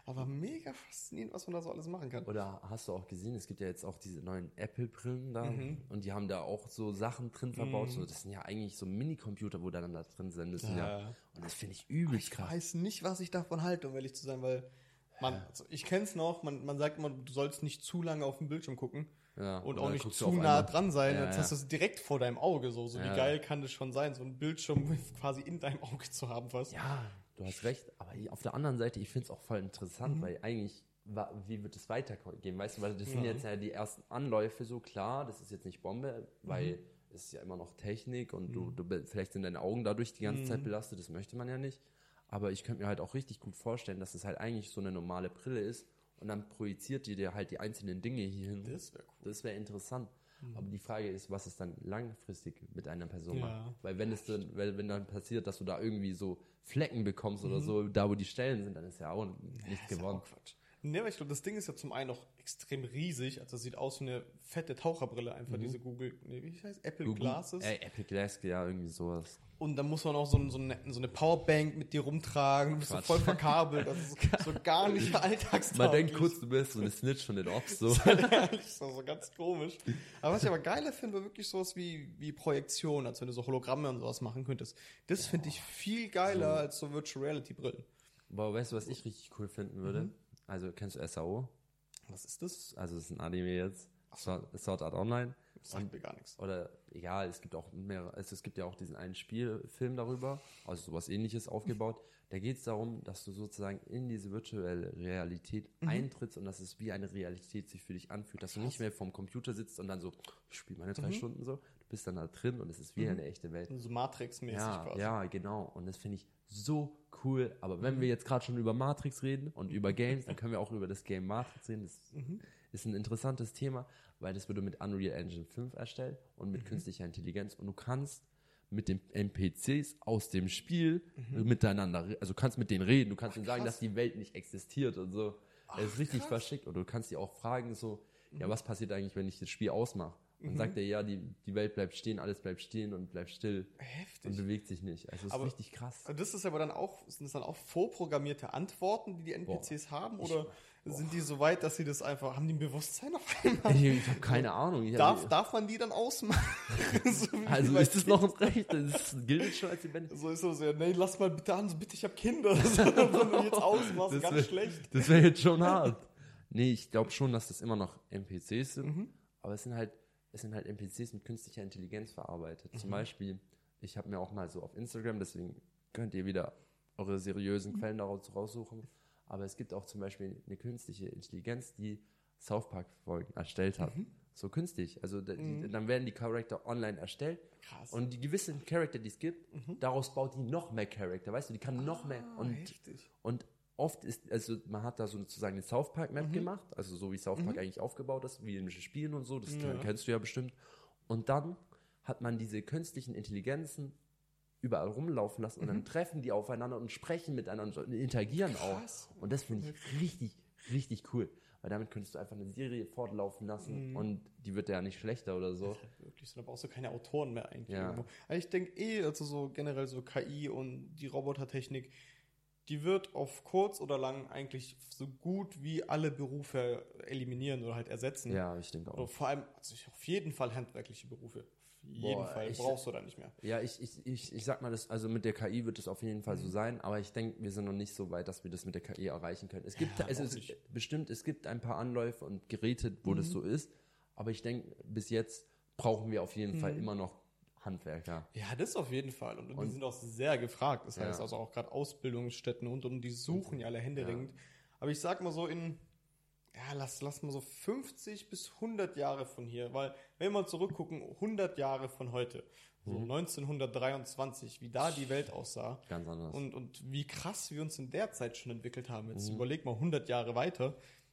Aber mega faszinierend, was man da so alles machen kann. Oder hast du auch gesehen, es gibt ja jetzt auch diese neuen Apple-Brillen da Mhm. und die haben da auch so Sachen drin verbaut. Mhm. So, das sind ja eigentlich so Mini-Computer, wo dann da drin sein müssen. Ja. Ja. Und das finde ich übelst Ich krass. weiß nicht, was ich davon halte, um ehrlich zu sein, weil man, also ich kenn's noch, man, man sagt immer, du sollst nicht zu lange auf den Bildschirm gucken Ja, und und auch dann nicht guckst du zu auf nah einmal- dran sein, Ja, jetzt ja. hast du es direkt vor deinem Auge so. So Ja. wie geil kann das schon sein, so ein Bildschirm quasi in deinem Auge zu haben fast. Ja, du hast recht. Aber auf der anderen Seite, ich finde es auch voll interessant, Mhm. weil eigentlich, wa- wie wird es weitergehen? Weißt du, weil das sind Ja. jetzt ja die ersten Anläufe so, klar, das ist jetzt nicht Bombe, weil Mhm. es ist ja immer noch Technik und du, du be- vielleicht sind deine Augen dadurch die ganze Mhm. Zeit belastet, das möchte man ja nicht. Aber ich könnte mir halt auch richtig gut vorstellen, dass es halt eigentlich so eine normale Brille ist und dann projiziert die dir halt die einzelnen Dinge hier hin. Das wäre cool. Das wäre interessant. Aber die Frage ist, was es dann langfristig mit einer Person Ja. macht. Weil wenn es dann, weil, wenn dann passiert, dass du da irgendwie so Flecken bekommst Mhm. oder so, da wo die Stellen sind, dann ist ja auch nichts Das ist ja gewonnen. auch Quatsch. Nee, aber ich glaube, das Ding ist ja zum einen auch extrem riesig, also es sieht aus wie eine fette Taucherbrille, einfach diese Google, nee, wie heißt Apple Google- Glasses. Ey, Apple Glass, ja, irgendwie sowas. Und dann muss man auch so, ein- so, eine, so eine Powerbank mit dir rumtragen, du bist so Quatsch. voll verkabelt, das ist so gar nicht alltagstauglich. Man denkt kurz, du bist so eine Snitch von den Ops, so. Ehrlich, so, so ganz komisch. Aber was ich aber geiler finde, war wirklich sowas wie, wie Projektion, als wenn du so Hologramme und sowas machen könntest. Das finde ich viel geiler So. als so Virtual Reality Brillen. Boah, weißt du, was ich richtig cool finden würde? Mhm. Also, kennst du S A O? Was ist das? Also, es ist ein Anime jetzt. Sword Sword Art Online. Das sagt mir gar nichts. Oder egal, es gibt auch mehrere, also es gibt ja auch diesen einen Spielfilm darüber, also sowas ähnliches aufgebaut. Da geht es darum, dass du sozusagen in diese virtuelle Realität Mhm. eintrittst und dass es wie eine Realität sich für dich anfühlt, dass du nicht mehr vorm Computer sitzt und dann so, ich spiele meine drei Mhm. Stunden so, du bist dann da drin und es ist wie Mhm. eine echte Welt. So Matrix-mäßig Ja, quasi. ja, genau. Und das finde ich so cool. Aber wenn Mhm. wir jetzt gerade schon über Matrix reden und über Games, dann können wir auch über das Game Matrix reden. Das Mhm. ist ein interessantes Thema, weil das wurde mit Unreal Engine fünf erstellt und mit Mhm. künstlicher Intelligenz. Und du kannst mit den N P Cs aus dem Spiel Mhm. miteinander, re- also du kannst mit denen reden, du kannst Ach, ihnen sagen, krass. dass die Welt nicht existiert und so. Ach, Das ist richtig krass. verschickt. Und du kannst die auch fragen so, ja, Mhm. was passiert eigentlich, wenn ich das Spiel ausmache? Und Mhm. sagt er, ja, die, die Welt bleibt stehen, alles bleibt stehen und bleibt still und Heftig. bewegt sich nicht. Also es ist Aber- richtig krass. Das ist aber dann auch, sind das dann auch vorprogrammierte Antworten, die die N P Cs haben? Oder sind die so weit, dass sie das einfach, haben die ein Bewusstsein auf einmal? Ich, ich habe keine Ahnung. Ich Darf, hab, darf man die dann ausmachen? So wie also bei ist das noch ein Recht? Das gilt es schon als lebendig. So ist so sehr, nee, lass mal bitte an, so bitte, ich habe Kinder. So, wenn du jetzt ausmachst, Das ganz wär- schlecht. Das wäre jetzt schon hart. Nee, ich glaube schon, dass das immer noch N P Cs sind. Mhm. Aber es sind halt, es sind halt N P Cs mit künstlicher Intelligenz verarbeitet. Mhm. Zum Beispiel, ich habe mir auch mal so auf Instagram, deswegen könnt ihr wieder eure seriösen Mhm. Quellen daraus raussuchen. Aber es gibt auch zum Beispiel eine künstliche Intelligenz, die South Park-Folgen erstellt hat. Mhm. So künstlich. Also da, die, Mhm. dann werden die Charakter online erstellt. Krass. Und die gewissen Charakter, die es gibt, Mhm. daraus baut die noch mehr Charakter. Weißt du, die kann noch mehr. Ah, Und heftig. und oft ist, also man hat da so sozusagen eine South Park Map Mhm. gemacht, also so wie South Park Mhm. eigentlich aufgebaut ist, wie in Spielen und so, das Ja. kennst du ja bestimmt. Und dann hat man diese künstlichen Intelligenzen überall rumlaufen lassen und Mhm. dann treffen die aufeinander und sprechen miteinander und interagieren Krass. auch. Und das finde ich richtig, richtig cool. Weil damit könntest du einfach eine Serie fortlaufen lassen Mhm. und die wird ja nicht schlechter oder so. Das ist halt wirklich so, da brauchst du keine Autoren mehr eigentlich. Ja. irgendwo. Aber ich denke eh, also so generell so K I und die Robotertechnik, die wird auf kurz oder lang eigentlich so gut wie alle Berufe eliminieren oder halt ersetzen. Ja, ich denke Oder auch. vor allem, also ich- auf jeden Fall handwerkliche Berufe. Auf jeden Boah, Fall ich- brauchst du da nicht mehr. Ja, ich, ich, ich, ich sag mal, das, also mit der K I wird es auf jeden Fall Mhm. so sein, aber ich denke, wir sind noch nicht so weit, dass wir das mit der K I erreichen können. Es gibt, Ja, es auch ist nicht. bestimmt, es gibt ein paar Anläufe und Geräte, wo das Mhm. so ist, aber ich denke, bis jetzt brauchen wir auf jeden Fall Mhm. immer noch Handwerker. Ja, das auf jeden Fall. Und, Und- die sind auch sehr gefragt. Das Ja. heißt also auch gerade Ausbildungsstätten und und die suchen ja alle händeringend. Aber ich sag mal so in, ja, lass, lass mal so fünfzig bis hundert Jahre von hier, weil wenn wir zurückgucken, hundert Jahre von heute, so Mhm. neunzehnhundertdreiundzwanzig, wie da die Welt aussah Ganz anders. und, und wie krass wir uns in der Zeit schon entwickelt haben. Jetzt Mhm. überleg mal hundert Jahre weiter.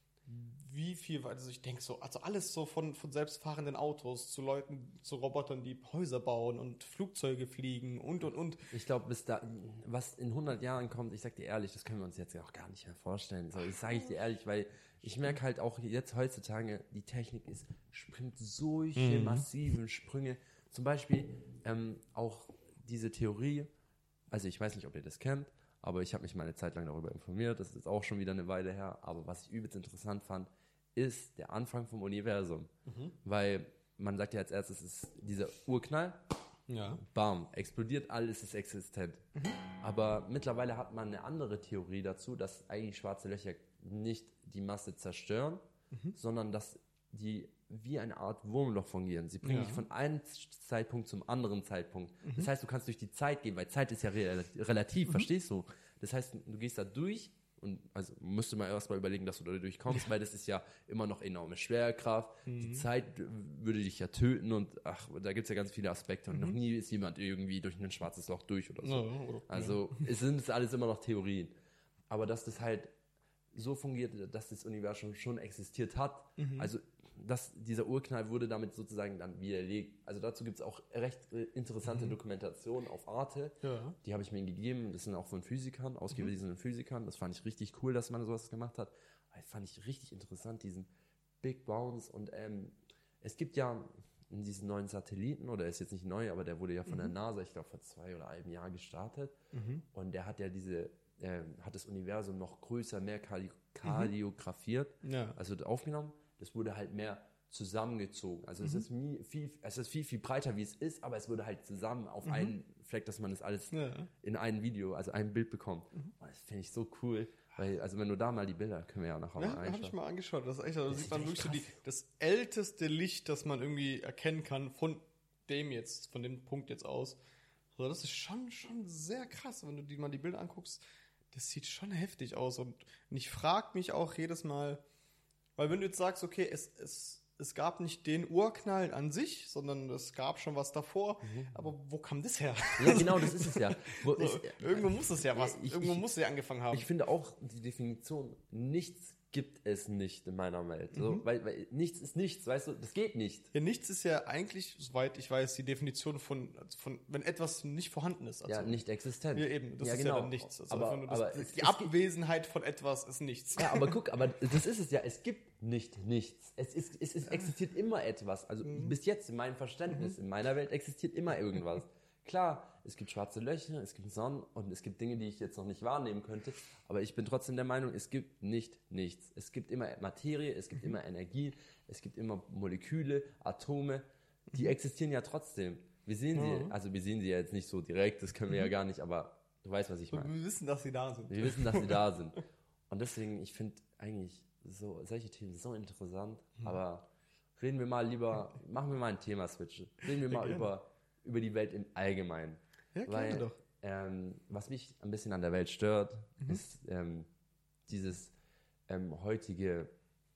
Wie viel, also ich denke so, also alles so von, von selbstfahrenden Autos zu Leuten, zu Robotern, die Häuser bauen und Flugzeuge fliegen und und und. Ich glaube, bis da, was in hundert Jahren kommt, ich sag dir ehrlich, das können wir uns jetzt ja auch gar nicht mehr vorstellen. So, das sage ich dir ehrlich, weil ich merke halt auch jetzt heutzutage, die Technik ist, springt solche Mhm. massiven Sprünge. Zum Beispiel ähm, auch diese Theorie, also ich weiß nicht, ob ihr das kennt, aber ich habe mich mal eine Zeit lang darüber informiert, das ist jetzt auch schon wieder eine Weile her, aber was ich übelst interessant fand, ist der Anfang vom Universum, mhm. weil man sagt ja als erstes, es ist dieser Urknall, ja. Bam, explodiert, alles ist existent. Mhm. Aber mittlerweile hat man eine andere Theorie dazu, dass eigentlich schwarze Löcher nicht die Masse zerstören, mhm. sondern dass die wie eine Art Wurmloch fungieren. Sie bringen ja. dich von einem Zeitpunkt zum anderen Zeitpunkt. Mhm. Das heißt, du kannst durch die Zeit gehen, weil Zeit ist ja re- relativ, mhm. verstehst du? Das heißt, du gehst da durch und also musst du mal erstmal überlegen, dass du da durchkommst, weil das ist ja immer noch enorme Schwerkraft. Mhm. Die Zeit würde dich ja töten und ach, da gibt es ja ganz viele Aspekte und mhm. noch nie ist jemand irgendwie durch ein schwarzes Loch durch oder so. Ja, oder, also ja. es sind alles immer noch Theorien. Aber dass das halt so fungiert, dass das Universum schon existiert hat, mhm. also dass dieser Urknall wurde damit sozusagen dann widerlegt. Also dazu gibt es auch recht interessante mhm. Dokumentationen auf Arte. Ja. Die habe ich mir gegeben. Das sind auch von Physikern, ausgewiesenen mhm. Physikern. Das fand ich richtig cool, dass man sowas gemacht hat. Das fand ich richtig interessant, diesen Big Bounce. Und ähm, es gibt ja in diesen neuen Satelliten, oder er ist jetzt nicht neu, aber der wurde ja von mhm. der NASA, ich glaube vor zwei oder einem Jahr gestartet. Mhm. Und der hat ja diese, äh, hat das Universum noch größer, mehr kardi- kardiografiert, mhm. ja. also aufgenommen. Das wurde halt mehr zusammengezogen. Also mhm. es ist viel, viel, es ist viel, viel breiter, wie es ist, aber es wurde halt zusammen auf mhm. einen Fleck, dass man das alles ja. in ein Video, also ein Bild bekommt. Mhm. Und das finde ich so cool, weil, also wenn du da mal die Bilder, können wir ja nachher ja, mal einschauen. habe ich mal angeschaut, das ist echt, da sieht man wirklich so die, das älteste Licht, das man irgendwie erkennen kann, von dem jetzt, von dem Punkt jetzt aus. Also das ist schon, schon sehr krass, wenn du dir mal die Bilder anguckst, das sieht schon heftig aus. Und ich frage mich auch jedes Mal, weil wenn du jetzt sagst, okay, es, es, es gab nicht den Urknall an sich, sondern es gab schon was davor, mhm. aber wo kam das her? Ja, genau, das ist es ja. Wo, so, ich, irgendwo muss es ja was, ich, irgendwo ich, muss es ja angefangen haben. Ich finde auch die Definition, nichts gibt es nicht in meiner Welt. So, mhm. weil, weil nichts ist nichts, weißt du, das geht nicht. Ja, nichts ist ja eigentlich, soweit ich weiß, die Definition von, von wenn etwas nicht vorhanden ist. Also, ja, nicht existent. Ja, eben, das ja, ist genau. ja dann nichts. Also aber, nur das, aber das, die Abwesenheit von etwas ist nichts. Ja, aber guck, aber das ist es ja, es gibt nicht nichts. Es, ist, es, ist, existiert immer etwas. Also mhm. bis jetzt in meinem Verständnis, mhm. in meiner Welt existiert immer irgendwas. Klar, es gibt schwarze Löcher, es gibt Sonnen und es gibt Dinge, die ich jetzt noch nicht wahrnehmen könnte, aber ich bin trotzdem der Meinung, es gibt nicht nichts. Es gibt immer Materie, es gibt mhm. immer Energie, es gibt immer Moleküle, Atome, die mhm. existieren ja trotzdem. Wir sehen mhm. sie, also wir sehen sie ja jetzt nicht so direkt, das können wir mhm. ja gar nicht, aber du weißt, was ich meine. Wir wissen, dass sie da sind. Wir wissen, dass sie da sind. Und deswegen, ich finde eigentlich so solche Themen so interessant, mhm. aber reden wir mal lieber, machen wir mal ein Thema-Switch. Reden wir mal über über die Welt im Allgemeinen. Ja, klar, weil, doch. Ähm, was mich ein bisschen an der Welt stört, mhm. ist ähm, dieses ähm, heutige,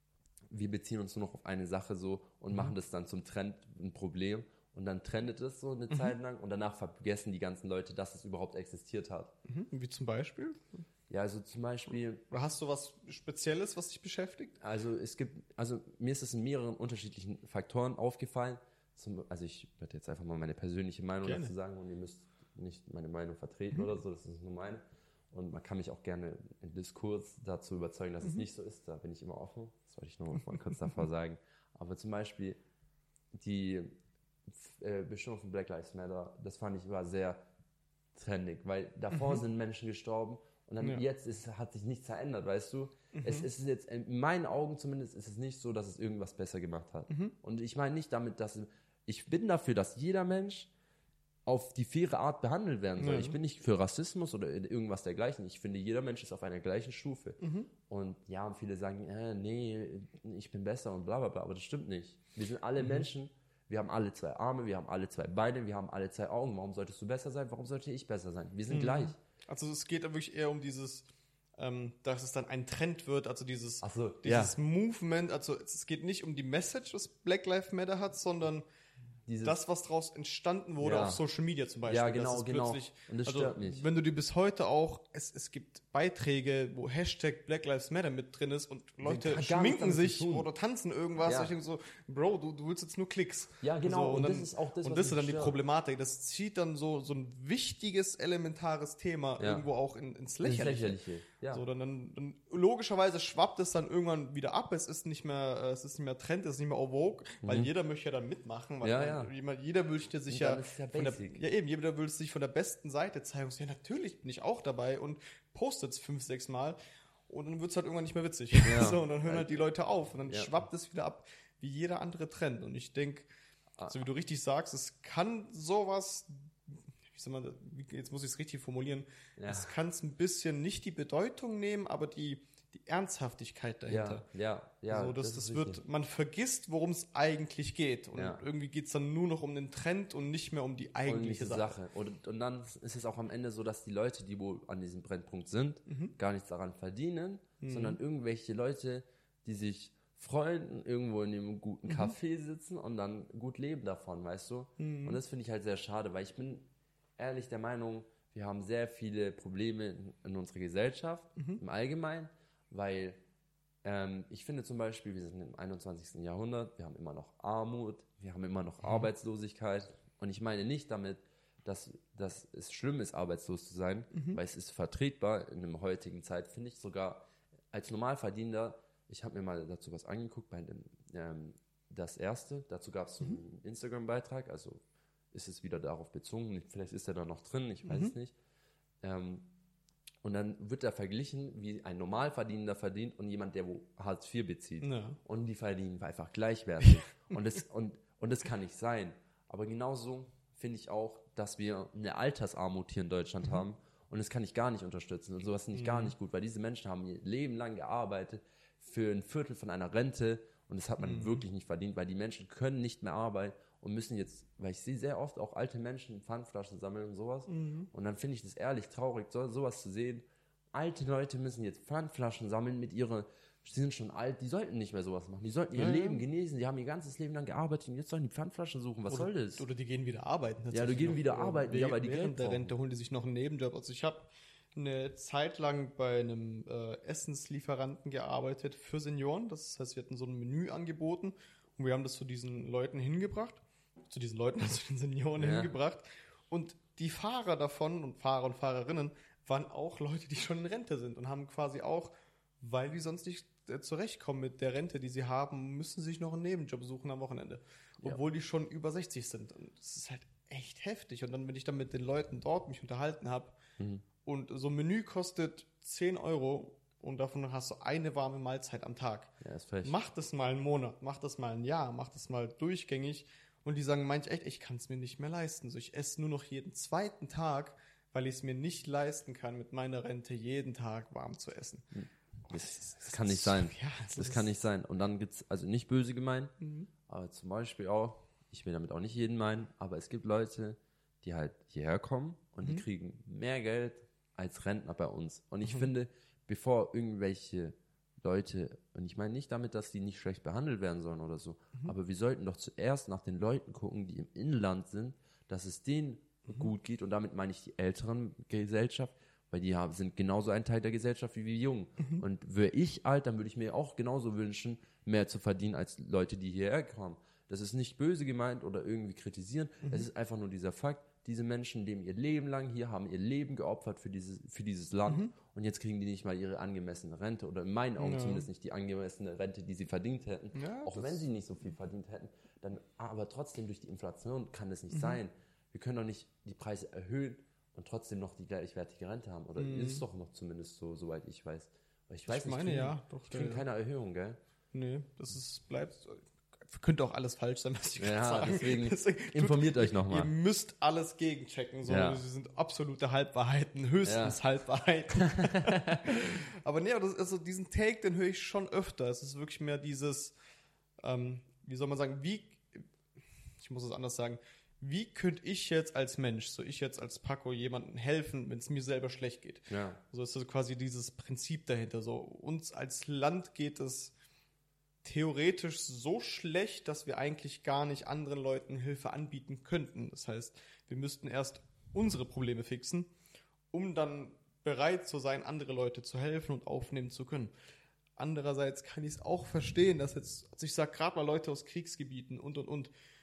wir beziehen uns nur noch auf eine Sache so und mhm. machen das dann zum Trend, ein Problem und dann trendet es so eine mhm. Zeit lang und danach vergessen die ganzen Leute, dass es überhaupt existiert hat. Mhm. Wie zum Beispiel? Ja, also zum Beispiel... Hast du was Spezielles, was dich beschäftigt? Also es gibt, also mir ist es in mehreren unterschiedlichen Faktoren aufgefallen. Zum, also ich werde jetzt einfach mal meine persönliche Meinung gerne dazu sagen und ihr müsst nicht meine Meinung vertreten mhm. oder so, das ist nur meine. Und man kann mich auch gerne im Diskurs dazu überzeugen, dass mhm. es nicht so ist, da bin ich immer offen. Das wollte ich nur mal kurz davor sagen. Aber zum Beispiel die äh, Bestimmung von Black Lives Matter, das fand ich war sehr trendig, weil davor mhm. sind Menschen gestorben und dann ja. jetzt ist, hat sich nichts verändert, weißt du? Mhm. Es ist jetzt, in meinen Augen zumindest, ist es nicht so, dass es irgendwas besser gemacht hat. Mhm. Und ich meine nicht damit, dass, ich bin dafür, dass jeder Mensch auf die faire Art behandelt werden soll. Mhm. Ich bin nicht für Rassismus oder irgendwas dergleichen. Ich finde, jeder Mensch ist auf einer gleichen Stufe. Mhm. Und ja, und viele sagen, äh, nee, ich bin besser und bla bla bla, aber das stimmt nicht. Wir sind alle mhm. Menschen, wir haben alle zwei Arme, wir haben alle zwei Beine, wir haben alle zwei Augen. Warum solltest du besser sein? Warum sollte ich besser sein? Wir sind mhm. gleich. Also es geht da wirklich eher um dieses, ähm, dass es dann ein Trend wird, also dieses, Ach so, dieses ja. Movement, also es geht nicht um die Message, was Black Lives Matter hat, sondern Dieses, das, was daraus entstanden wurde ja. auf Social Media zum Beispiel. Ja, genau, genau. Und das also, stört mich. Wenn du dir bis heute auch, es, es gibt Beiträge, wo Hashtag Black Lives Matter mit drin ist und Leute schminken sich oder tanzen irgendwas. Ja. Ich denke so, Bro, du, du willst jetzt nur Klicks. Ja, genau. So, und, und dann, das ist auch das, Und was das ist dann stört. die Problematik. Das zieht dann so, so ein wichtiges, elementares Thema ja. irgendwo auch in, ins Lächerliche. Ins Lächerliche. Ja. So, dann, dann, dann logischerweise schwappt es dann irgendwann wieder ab. Es ist nicht mehr, äh, es ist nicht mehr Trend, es ist nicht mehr en vogue, weil Mhm. jeder möchte ja dann mitmachen. Weil Ja, man, ja. Jemand, jeder möchte sich Und ja, dann ist es ja von der, basic. ja eben, jeder will sich von der besten Seite zeigen. Und so, ja, natürlich bin ich auch dabei und postet es fünf, sechs Mal. Und dann wird es halt irgendwann nicht mehr witzig. Ja. So, und dann hören halt die Leute auf. Und dann Ja. schwappt es wieder ab, wie jeder andere Trend. Und ich denke, Ah. so wie du richtig sagst, es kann sowas, wie soll man das, wie- jetzt muss ich es richtig formulieren, Ja. es kann es ein bisschen nicht die Bedeutung nehmen, aber die, die Ernsthaftigkeit dahinter. Ja, ja, ja. so, dass das, ist wird, richtig. man vergisst, worum es eigentlich geht. Und Ja. irgendwie geht es dann nur noch um den Trend und nicht mehr um die Und eigentliche diese Sache. Sache. Und, und dann ist es auch am Ende so, dass die Leute, die wohl an diesem Brennpunkt sind, Mhm. gar nichts daran verdienen, sondern irgendwelche Leute, die sich freuen, irgendwo in einem guten Mhm. Café sitzen und dann gut leben davon, weißt du? Mhm. Und das finde ich halt sehr schade, weil ich bin ehrlich der Meinung, wir haben sehr viele Probleme in, in unserer Gesellschaft Mhm. im Allgemeinen, weil ähm, ich finde zum Beispiel, wir sind im einundzwanzigsten Jahrhundert, wir haben immer noch Armut, wir haben immer noch Arbeitslosigkeit und ich meine nicht damit, dass, dass es schlimm ist, arbeitslos zu sein, weil es ist vertretbar in der heutigen Zeit, finde ich sogar als Normalverdienender. Ich habe mir mal dazu was angeguckt bei dem, ähm, das erste, dazu gab es so einen Instagram-Beitrag, also ist es wieder darauf bezogen, vielleicht ist er da noch drin, ich weiß es nicht. Ähm, und dann wird da verglichen, wie ein Normalverdienender verdient und jemand, der wo Hartz vier bezieht. Ja. Und die verdienen einfach gleichwertig. und, das, und, und das kann nicht sein. Aber genauso finde ich auch, dass wir eine Altersarmut hier in Deutschland Mhm. haben. Und das kann ich gar nicht unterstützen. Und sowas finde ich gar nicht gut, weil diese Menschen haben ihr Leben lang gearbeitet für ein Viertel von einer Rente. Und das hat man Mhm. wirklich nicht verdient, weil die Menschen können nicht mehr arbeiten und müssen jetzt, weil ich sehe sehr oft auch alte Menschen Pfandflaschen sammeln und sowas. Mhm. Und dann finde ich das ehrlich traurig, so, sowas zu sehen. Alte Leute müssen jetzt Pfandflaschen sammeln mit ihrer, sie sind schon alt, die sollten nicht mehr sowas machen. Die sollten ihr Ja, ja. Leben genießen, die haben ihr ganzes Leben lang gearbeitet und jetzt sollen die Pfandflaschen suchen. Was soll das? Oder die gehen wieder arbeiten. Ja, die tatsächlich gehen noch. wieder Oder arbeiten, we- ja, weil die während Geld der brauchen. Rente holen die sich noch einen Nebenjob. Also ich habe eine Zeit lang bei einem äh, Essenslieferanten gearbeitet für Senioren. Das heißt, wir hatten so ein Menü angeboten und wir haben das zu diesen Leuten hingebracht. Zu diesen Leuten, also den Senioren Ja. hingebracht. Und die Fahrer davon und Fahrer und Fahrerinnen waren auch Leute, die schon in Rente sind und haben quasi auch, weil die sonst nicht äh, zurechtkommen mit der Rente, die sie haben, müssen sich noch einen Nebenjob suchen am Wochenende. Ja. Obwohl die schon über sechzig sind. Und das ist halt echt heftig. Und dann, wenn ich dann mit den Leuten dort mich unterhalten habe Mhm. und so ein Menü kostet zehn Euro und davon hast du eine warme Mahlzeit am Tag. Ja, ist frech. Mach das mal einen Monat, mach das mal ein Jahr, mach das mal durchgängig. Und die sagen, manch echt, ich kann es mir nicht mehr leisten. So, ich esse nur noch jeden zweiten Tag, weil ich es mir nicht leisten kann, mit meiner Rente jeden Tag warm zu essen. Das, das kann nicht sein. Ja, das Das ist- kann nicht sein. Und dann gibt's, also nicht böse gemeint, Mhm. aber zum Beispiel auch, ich will damit auch nicht jeden meinen, aber es gibt Leute, die halt hierher kommen und die Mhm. kriegen mehr Geld als Rentner bei uns. Und ich finde, bevor irgendwelche Leute, und ich meine nicht damit, dass die nicht schlecht behandelt werden sollen oder so, Mhm. aber wir sollten doch zuerst nach den Leuten gucken, die im Inland sind, dass es denen Mhm. gut geht. Und damit meine ich die älteren Gesellschaft, weil die haben, sind genauso ein Teil der Gesellschaft wie wir Jungen. Mhm. Und wäre ich alt, dann würde ich mir auch genauso wünschen, mehr zu verdienen als Leute, die hierher kommen. Das ist nicht böse gemeint oder irgendwie kritisieren. Mhm. Es ist einfach nur dieser Fakt, diese Menschen leben ihr Leben lang hier, haben ihr Leben geopfert für dieses, für dieses Land Mhm. und jetzt kriegen die nicht mal ihre angemessene Rente oder in meinen Augen Ja. zumindest nicht die angemessene Rente, die sie verdient hätten. Ja, auch das- wenn sie nicht so viel verdient hätten, dann aber trotzdem durch die Inflation kann das nicht Mhm. sein. Wir können doch nicht die Preise erhöhen und trotzdem noch die gleichwertige Rente haben. Oder Mhm. ist doch noch zumindest so, soweit ich weiß. Aber ich weiß Ich nicht, meine, kriegen- ja, doch, kriegen ja. keine Erhöhung, gell? Nee, das ist, bleibt, könnte auch alles falsch sein, was ich Ja, gerade sagen. deswegen tut- informiert euch Ihr nochmal. müsst alles gegenchecken. So, Ja. Sie sind absolute Halbwahrheiten, höchstens Ja. Halbwahrheiten. Aber nee, aber das, also diesen Take, den höre ich schon öfter. Es ist wirklich mehr dieses, ähm, wie soll man sagen, wie, ich muss es anders sagen, wie könnte ich jetzt als Mensch, so ich jetzt als Paco, jemandem helfen, wenn es mir selber schlecht geht? Ja. So ist das quasi dieses Prinzip dahinter. So, uns als Land geht es theoretisch so schlecht, dass wir eigentlich gar nicht anderen Leuten Hilfe anbieten könnten. Das heißt, wir müssten erst unsere Probleme fixen, um dann bereit zu sein, andere Leute zu helfen und aufnehmen zu können. Andererseits kann ich es auch verstehen, dass jetzt, also ich sage gerade mal Leute aus Kriegsgebieten und und und,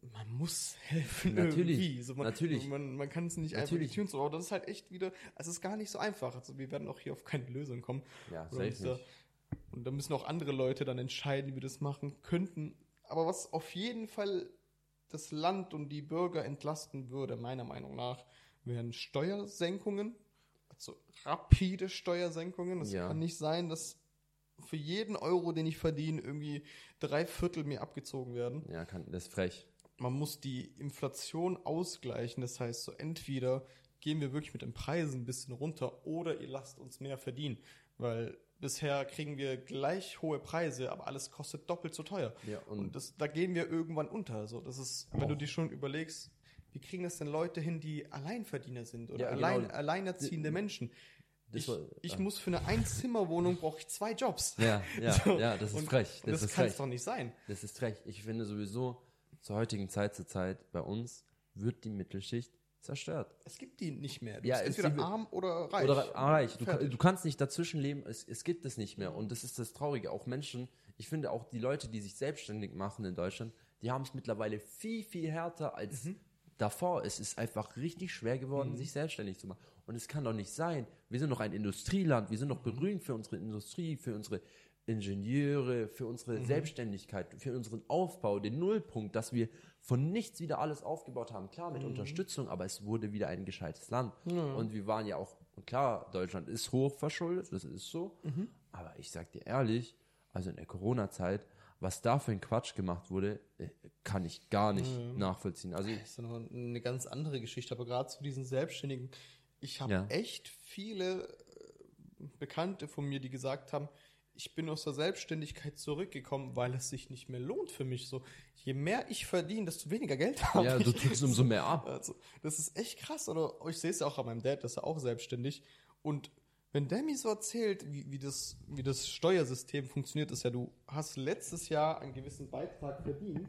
man muss helfen Natürlich, irgendwie. So, man, natürlich. Man, man kann es nicht Natürlich. einfach die Türen zu, aber das ist halt echt wieder, es ist gar nicht so einfach. Also wir werden auch hier auf keine Lösung kommen. Ja, Oder safe da, nicht. und da müssen auch andere Leute dann entscheiden, wie wir das machen könnten. Aber was auf jeden Fall das Land und die Bürger entlasten würde, meiner Meinung nach, wären Steuersenkungen, also rapide Steuersenkungen. Es Ja. kann nicht sein, dass für jeden Euro, den ich verdiene, irgendwie drei Viertel mir abgezogen werden. Ja, kann, das ist frech. Man muss die Inflation ausgleichen. Das heißt, so entweder gehen wir wirklich mit den Preisen ein bisschen runter oder ihr lasst uns mehr verdienen. Weil bisher kriegen wir gleich hohe Preise, aber alles kostet doppelt so teuer. Ja, und, Und das, da gehen wir irgendwann unter. So, das ist, wenn du dir schon überlegst, wie kriegen das denn Leute hin, die Alleinverdiener sind oder Ja, allein, genau. alleinerziehende Die- Menschen? das Ich, war- ich ah. muss für eine Einzimmerwohnung brauche ich zwei Jobs. Ja, ja, So. ja, das ist Und- frech. Und Das das ist kann es frech. doch nicht sein. Das ist frech. Ich finde sowieso, zur heutigen Zeit zur Zeit bei uns wird die Mittelschicht zerstört. Es gibt die nicht mehr. Du Ja, bist es- entweder die- arm oder reich. Oder ah, reich. Du, Fertig. kann- du kannst nicht dazwischen leben, es, es gibt es nicht mehr. Und das ist das Traurige. Auch Menschen, ich finde auch die Leute, die sich selbstständig machen in Deutschland, die haben es mittlerweile viel, viel härter als Mhm. davor. Es ist einfach richtig schwer geworden, sich selbstständig zu machen. Und es kann doch nicht sein. Wir sind doch ein Industrieland, wir sind doch berühmt für unsere Industrie, für unsere Ingenieure, für unsere Mhm. Selbstständigkeit, für unseren Aufbau, den Nullpunkt, dass wir von nichts wieder alles aufgebaut haben. Klar, Mhm. mit Unterstützung, aber es wurde wieder ein gescheites Land. Und wir waren ja auch, und klar, Deutschland ist hoch verschuldet, das ist so. Mhm. Aber ich sag dir ehrlich, also in der Corona-Zeit, was da für ein Quatsch gemacht wurde, äh, kann ich gar nicht nachvollziehen. Also Das ist ja noch eine ganz andere Geschichte, aber gerade zu diesen Selbstständigen, ich habe Ja. echt viele äh, Bekannte von mir, die gesagt haben, ich bin aus der Selbstständigkeit zurückgekommen, weil es sich nicht mehr lohnt für mich. So, je mehr ich verdiene, desto weniger Geld habe ja, ich. du tust umso mehr ab. Also, das ist echt krass. Oder ich sehe es ja auch an meinem Dad, das ist ja auch selbstständig. Und wenn der mir so erzählt, wie, wie, das, wie das Steuersystem funktioniert, ist ja, du hast letztes Jahr einen gewissen Beitrag verdient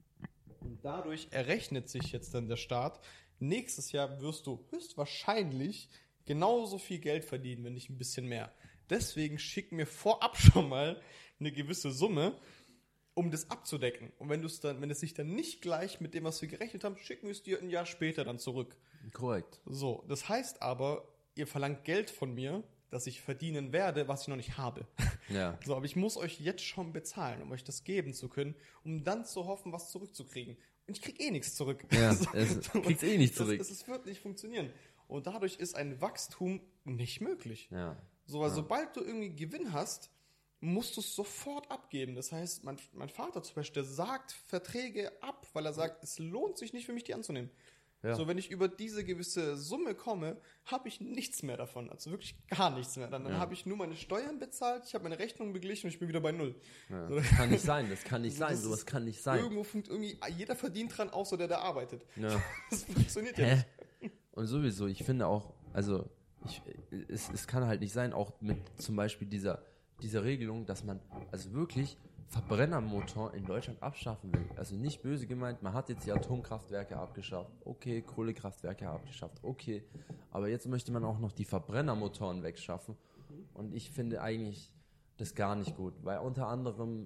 und dadurch errechnet sich jetzt dann der Staat. Nächstes Jahr wirst du höchstwahrscheinlich genauso viel Geld verdienen, wenn nicht ein bisschen mehr. Deswegen schick mir vorab schon mal eine gewisse Summe, um das abzudecken. Und wenn du es dann, wenn es sich dann nicht gleich mit dem, was wir gerechnet haben, schicken wir es dir ein Jahr später dann zurück. Korrekt. So, das heißt aber, ihr verlangt Geld von mir, das ich verdienen werde, was ich noch nicht habe. Ja. So, aber ich muss euch jetzt schon bezahlen, um euch das geben zu können, um dann zu hoffen, was zurückzukriegen. Und ich krieg eh nichts zurück. Ja, So, es und kriegst eh nicht zurück. Das, es, es wird nicht funktionieren. Und dadurch ist ein Wachstum nicht möglich. Ja. So, weil Ja. sobald du irgendwie Gewinn hast, musst du es sofort abgeben. Das heißt, mein, mein Vater zum Beispiel, der sagt Verträge ab, weil er sagt, es lohnt sich nicht für mich, die anzunehmen. Ja. So, wenn ich über diese gewisse Summe komme, habe ich nichts mehr davon. Also wirklich gar nichts mehr. Dann, dann Ja. habe ich nur meine Steuern bezahlt, ich habe meine Rechnung beglichen und ich bin wieder bei Null. Ja. So, Das kann nicht sein, das kann nicht So, sein, das sowas ist kann nicht sein. Irgendwo funkt irgendwie, jeder verdient dran, außer der, der arbeitet. Ja. Das funktioniert ja Hä? nicht. Und sowieso, ich finde auch, also ich, es, es kann halt nicht sein, auch mit zum Beispiel dieser, dieser Regelung, dass man also wirklich Verbrennermotor in Deutschland abschaffen will. Also nicht böse gemeint, man hat jetzt die Atomkraftwerke abgeschafft, okay, Kohlekraftwerke abgeschafft, okay, aber jetzt möchte man auch noch die Verbrennermotoren wegschaffen und ich finde eigentlich das gar nicht gut, weil unter anderem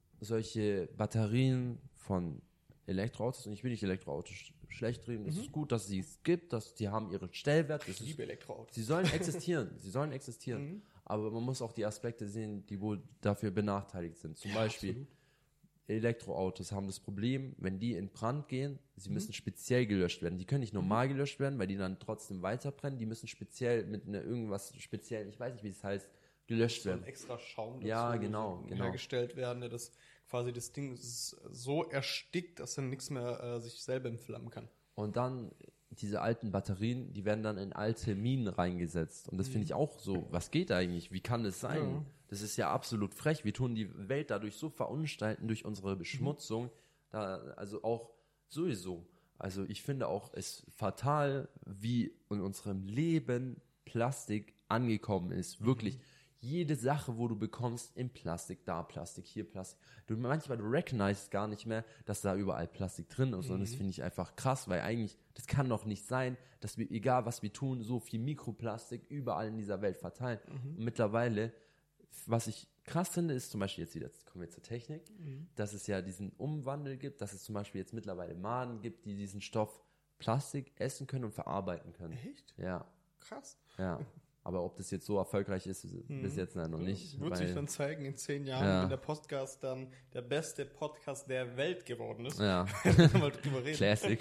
solche Batterien von Elektroautos, und ich will nicht Elektroautos sch- schlecht reden, es ist gut, dass sie es gibt, dass die haben ihren Stellwert, das Ich ist, liebe Elektroautos. sie sollen existieren, sie sollen existieren, aber man muss auch die Aspekte sehen, die wohl dafür benachteiligt sind. Zum Ja, Beispiel absolut. Elektroautos haben das Problem, wenn die in Brand gehen, sie müssen speziell gelöscht werden. Die können nicht normal gelöscht werden, weil die dann trotzdem weiterbrennen. Die müssen speziell mit einer irgendwas speziell, ich weiß nicht, wie es heißt, gelöscht So ein werden. extra Schaum dazu Ja, genau, genau. hergestellt werden, der das quasi das Ding s- so erstickt, dass dann nichts mehr äh, sich selber entflammen kann. Und dann diese alten Batterien, die werden dann in alte Minen reingesetzt. Und das finde ich auch so, was geht eigentlich? Wie kann das sein? Ja. Das ist ja absolut frech. Wir tun die Welt dadurch so verunstalten durch unsere Beschmutzung. Da, also auch sowieso. Also ich finde auch es fatal, wie in unserem Leben Plastik angekommen ist. Wirklich. Jede Sache, wo du bekommst, in Plastik, da Plastik, hier Plastik. Du manchmal du recognizest gar nicht mehr, dass da überall Plastik drin ist. Und das finde ich einfach krass, weil eigentlich, das kann doch nicht sein, dass wir, egal was wir tun, so viel Mikroplastik überall in dieser Welt verteilen. Und mittlerweile was ich krass finde, ist zum Beispiel jetzt wieder, jetzt kommen wir zur Technik, mhm. dass es ja diesen Umwandel gibt, dass es zum Beispiel jetzt mittlerweile Maden gibt, die diesen Stoff Plastik essen können und verarbeiten können. Echt? Ja. Krass. Ja. Aber ob das jetzt so erfolgreich ist, hm. bis jetzt noch nicht. Wird sich dann zeigen in zehn Jahren, ja. wenn der Podcast dann der beste Podcast der Welt geworden ist. Ja. mal drüber reden. Classic.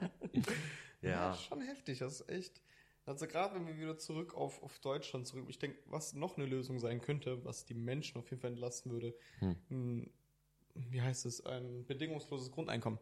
ja. ja. Schon heftig. Das ist echt. Also gerade wenn wir wieder zurück auf, auf Deutschland zurück, ich denke, was noch eine Lösung sein könnte, was die Menschen auf jeden Fall entlasten würde, hm. ein, wie heißt es, ein bedingungsloses Grundeinkommen.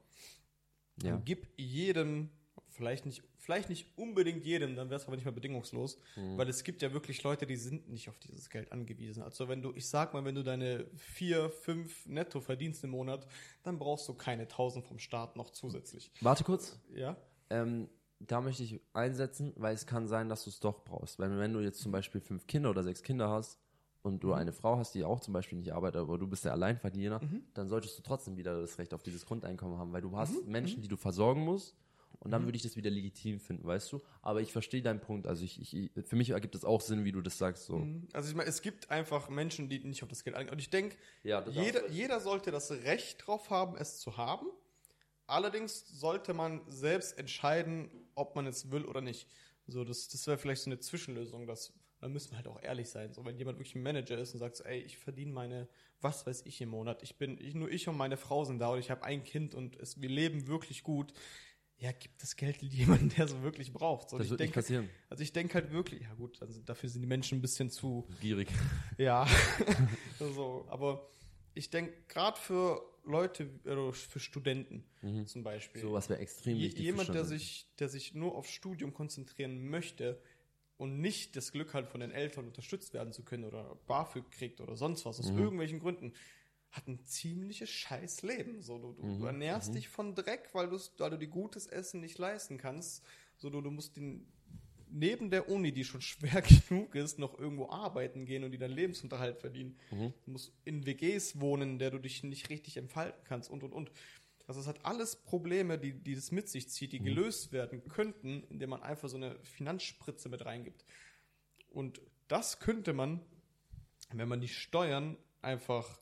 Ja. Gib jedem, vielleicht nicht, vielleicht nicht unbedingt jedem, dann wäre es aber nicht mehr bedingungslos, mhm. weil es gibt ja wirklich Leute, die sind nicht auf dieses Geld angewiesen. Also wenn du, ich sag mal, wenn du deine vier, fünf netto verdienst im Monat, dann brauchst du keine tausend vom Staat noch zusätzlich. Warte kurz. Ja? Ähm, da möchte ich einsetzen, weil es kann sein, dass du es doch brauchst. Weil wenn du jetzt zum Beispiel fünf Kinder oder sechs Kinder hast und du mhm. eine Frau hast, die auch zum Beispiel nicht arbeitet, aber du bist der Alleinverdiener, mhm. dann solltest du trotzdem wieder das Recht auf dieses Grundeinkommen haben, weil du hast mhm. Menschen, die du versorgen musst. Und dann mhm. würde ich das wieder legitim finden, weißt du? Aber ich verstehe deinen Punkt. Also ich, ich, für mich ergibt es auch Sinn, wie du das sagst. So. Also ich meine, es gibt einfach Menschen, die nicht auf das Geld eingehen. Und ich denke, ja, jeder, jeder sollte das Recht drauf haben, es zu haben. Allerdings sollte man selbst entscheiden, ob man es will oder nicht. So, das, das wäre vielleicht so eine Zwischenlösung. Das, da müssen wir halt auch ehrlich sein. So, wenn jemand wirklich ein Manager ist und sagt, so, ey, ich verdiene meine, was weiß ich im Monat. Ich bin, ich, nur ich und meine Frau sind da und ich habe ein Kind und es, wir leben wirklich gut. Ja, gibt das Geld jemandem, der so wirklich braucht. So, das wird denk, nicht passieren. Also ich denke halt wirklich, ja gut, also dafür sind die Menschen ein bisschen zu gierig. Ja, so, aber ich denke, gerade für Leute, also für Studenten mhm. zum Beispiel. So was wäre extrem wichtig. Jemand, der sich, der sich nur aufs Studium konzentrieren möchte und nicht das Glück hat, von den Eltern unterstützt werden zu können oder BAföG kriegt oder sonst was, aus mhm. irgendwelchen Gründen, hat ein ziemliches scheiß Leben. So, du, du, mhm. du ernährst mhm. dich von Dreck, weil, weil du dir gutes Essen nicht leisten kannst. So, du, du musst den, neben der Uni, die schon schwer genug ist, noch irgendwo arbeiten gehen und die deinen Lebensunterhalt verdienen. Mhm. Du musst in W Gs wohnen, in der du dich nicht richtig entfalten kannst und, und, und. Also es hat alles Probleme, die, die das mit sich zieht, die mhm. gelöst werden könnten, indem man einfach so eine Finanzspritze mit reingibt. Und das könnte man, wenn man die Steuern einfach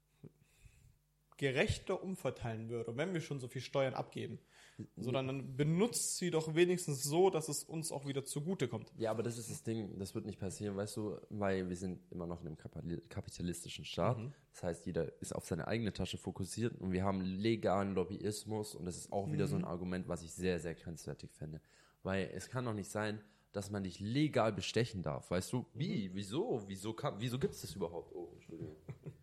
gerechter umverteilen würde. Und wenn wir schon so viel Steuern abgeben, so dann benutzt sie doch wenigstens so, dass es uns auch wieder zugutekommt. Ja, aber das ist das Ding, das wird nicht passieren, weißt du, weil wir sind immer noch in einem kapitalistischen Staat. Mhm. Das heißt, jeder ist auf seine eigene Tasche fokussiert und wir haben legalen Lobbyismus und das ist auch wieder mhm. so ein Argument, was ich sehr, sehr grenzwertig finde. Weil es kann doch nicht sein, dass man dich legal bestechen darf, weißt du? Wie? Wieso? Wieso, kann, wieso gibt es das überhaupt? Oh, Entschuldigung.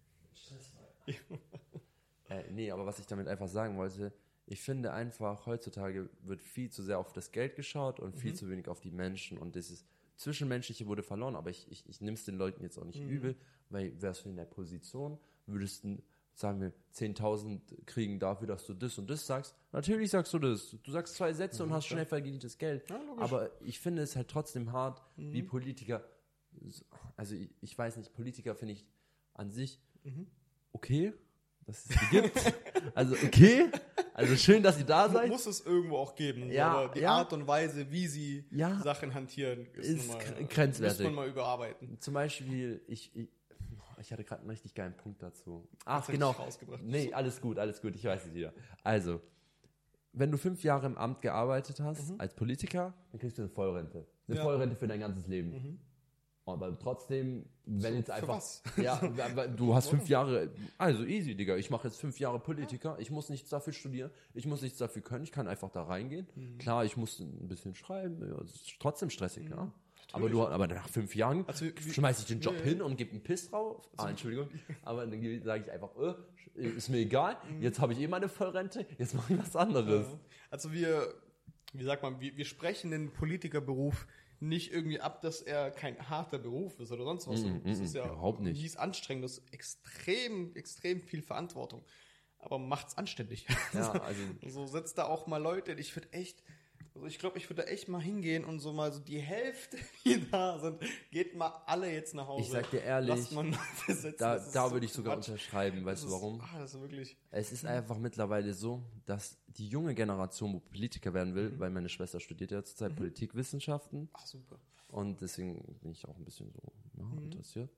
Äh, nee, aber was ich damit einfach sagen wollte, ich finde einfach, heutzutage wird viel zu sehr auf das Geld geschaut und viel mhm. zu wenig auf die Menschen und dieses Zwischenmenschliche wurde verloren, aber ich, ich, ich nehme es den Leuten jetzt auch nicht mhm. übel, weil wärst du in der Position, würdest du, sagen wir, zehntausend kriegen dafür, dass du das und das sagst, natürlich sagst du das, du sagst zwei Sätze mhm, und hast schnell verdientes Geld, ja, aber ich finde es halt trotzdem hart, mhm. wie Politiker, also ich, ich weiß nicht, Politiker finde ich an sich mhm. okay, dass es die gibt. Also okay, also schön, dass ihr da seid. Muss es irgendwo auch geben. Ja, aber die ja. Art und Weise, wie sie ja. Sachen hantieren, ist, ist mal, grenzwertig. Muss man mal überarbeiten. Zum Beispiel, ich, ich, ich hatte gerade einen richtig geilen Punkt dazu. Ach, genau. Nee, alles gut, alles gut, ich weiß es wieder. Also, wenn du fünf Jahre im Amt gearbeitet hast, mhm. als Politiker, dann kriegst du eine Vollrente. Eine ja. Vollrente für dein ganzes Leben. Mhm. Aber trotzdem, wenn so, jetzt einfach, ja, du hast fünf Jahre, also easy, Digga, ich mache jetzt fünf Jahre Politiker, ich muss nichts dafür studieren, ich muss nichts dafür können, ich kann einfach da reingehen. Mhm. Klar, ich muss ein bisschen schreiben, ja, es ist trotzdem stressig, mhm. ja. Aber du, aber nach fünf Jahren also, schmeiß ich den Job nee. hin und gebe einen Piss drauf. Ah, Entschuldigung. Aber dann sage ich einfach, äh, ist mir egal, jetzt habe ich eh meine Vollrente, jetzt mache ich was anderes. Ja. Also wir, wie sagt man, wir, wir sprechen den Politikerberuf nicht irgendwie ab, dass er kein harter Beruf ist oder sonst was. Mm, das mm, ist ja überhaupt nicht. Wie es anstrengend ist, extrem, extrem viel Verantwortung. Aber macht's anständig. Ja, also so setzt da auch mal Leute, ich würde echt, also ich glaube, ich würde da echt mal hingehen und so mal so die Hälfte, die da sind, geht mal alle jetzt nach Hause. Ich sag dir ehrlich, man besetzen, da, da so würde ich sogar Quatsch. unterschreiben, weißt das du warum? Ist, ah, das ist wirklich, es ist einfach mittlerweile so, dass die junge Generation, wo Politiker werden will, mhm. weil meine Schwester studiert ja zurzeit mhm. Politikwissenschaften. Ach, super. Und deswegen bin ich auch ein bisschen so ja, mhm. interessiert.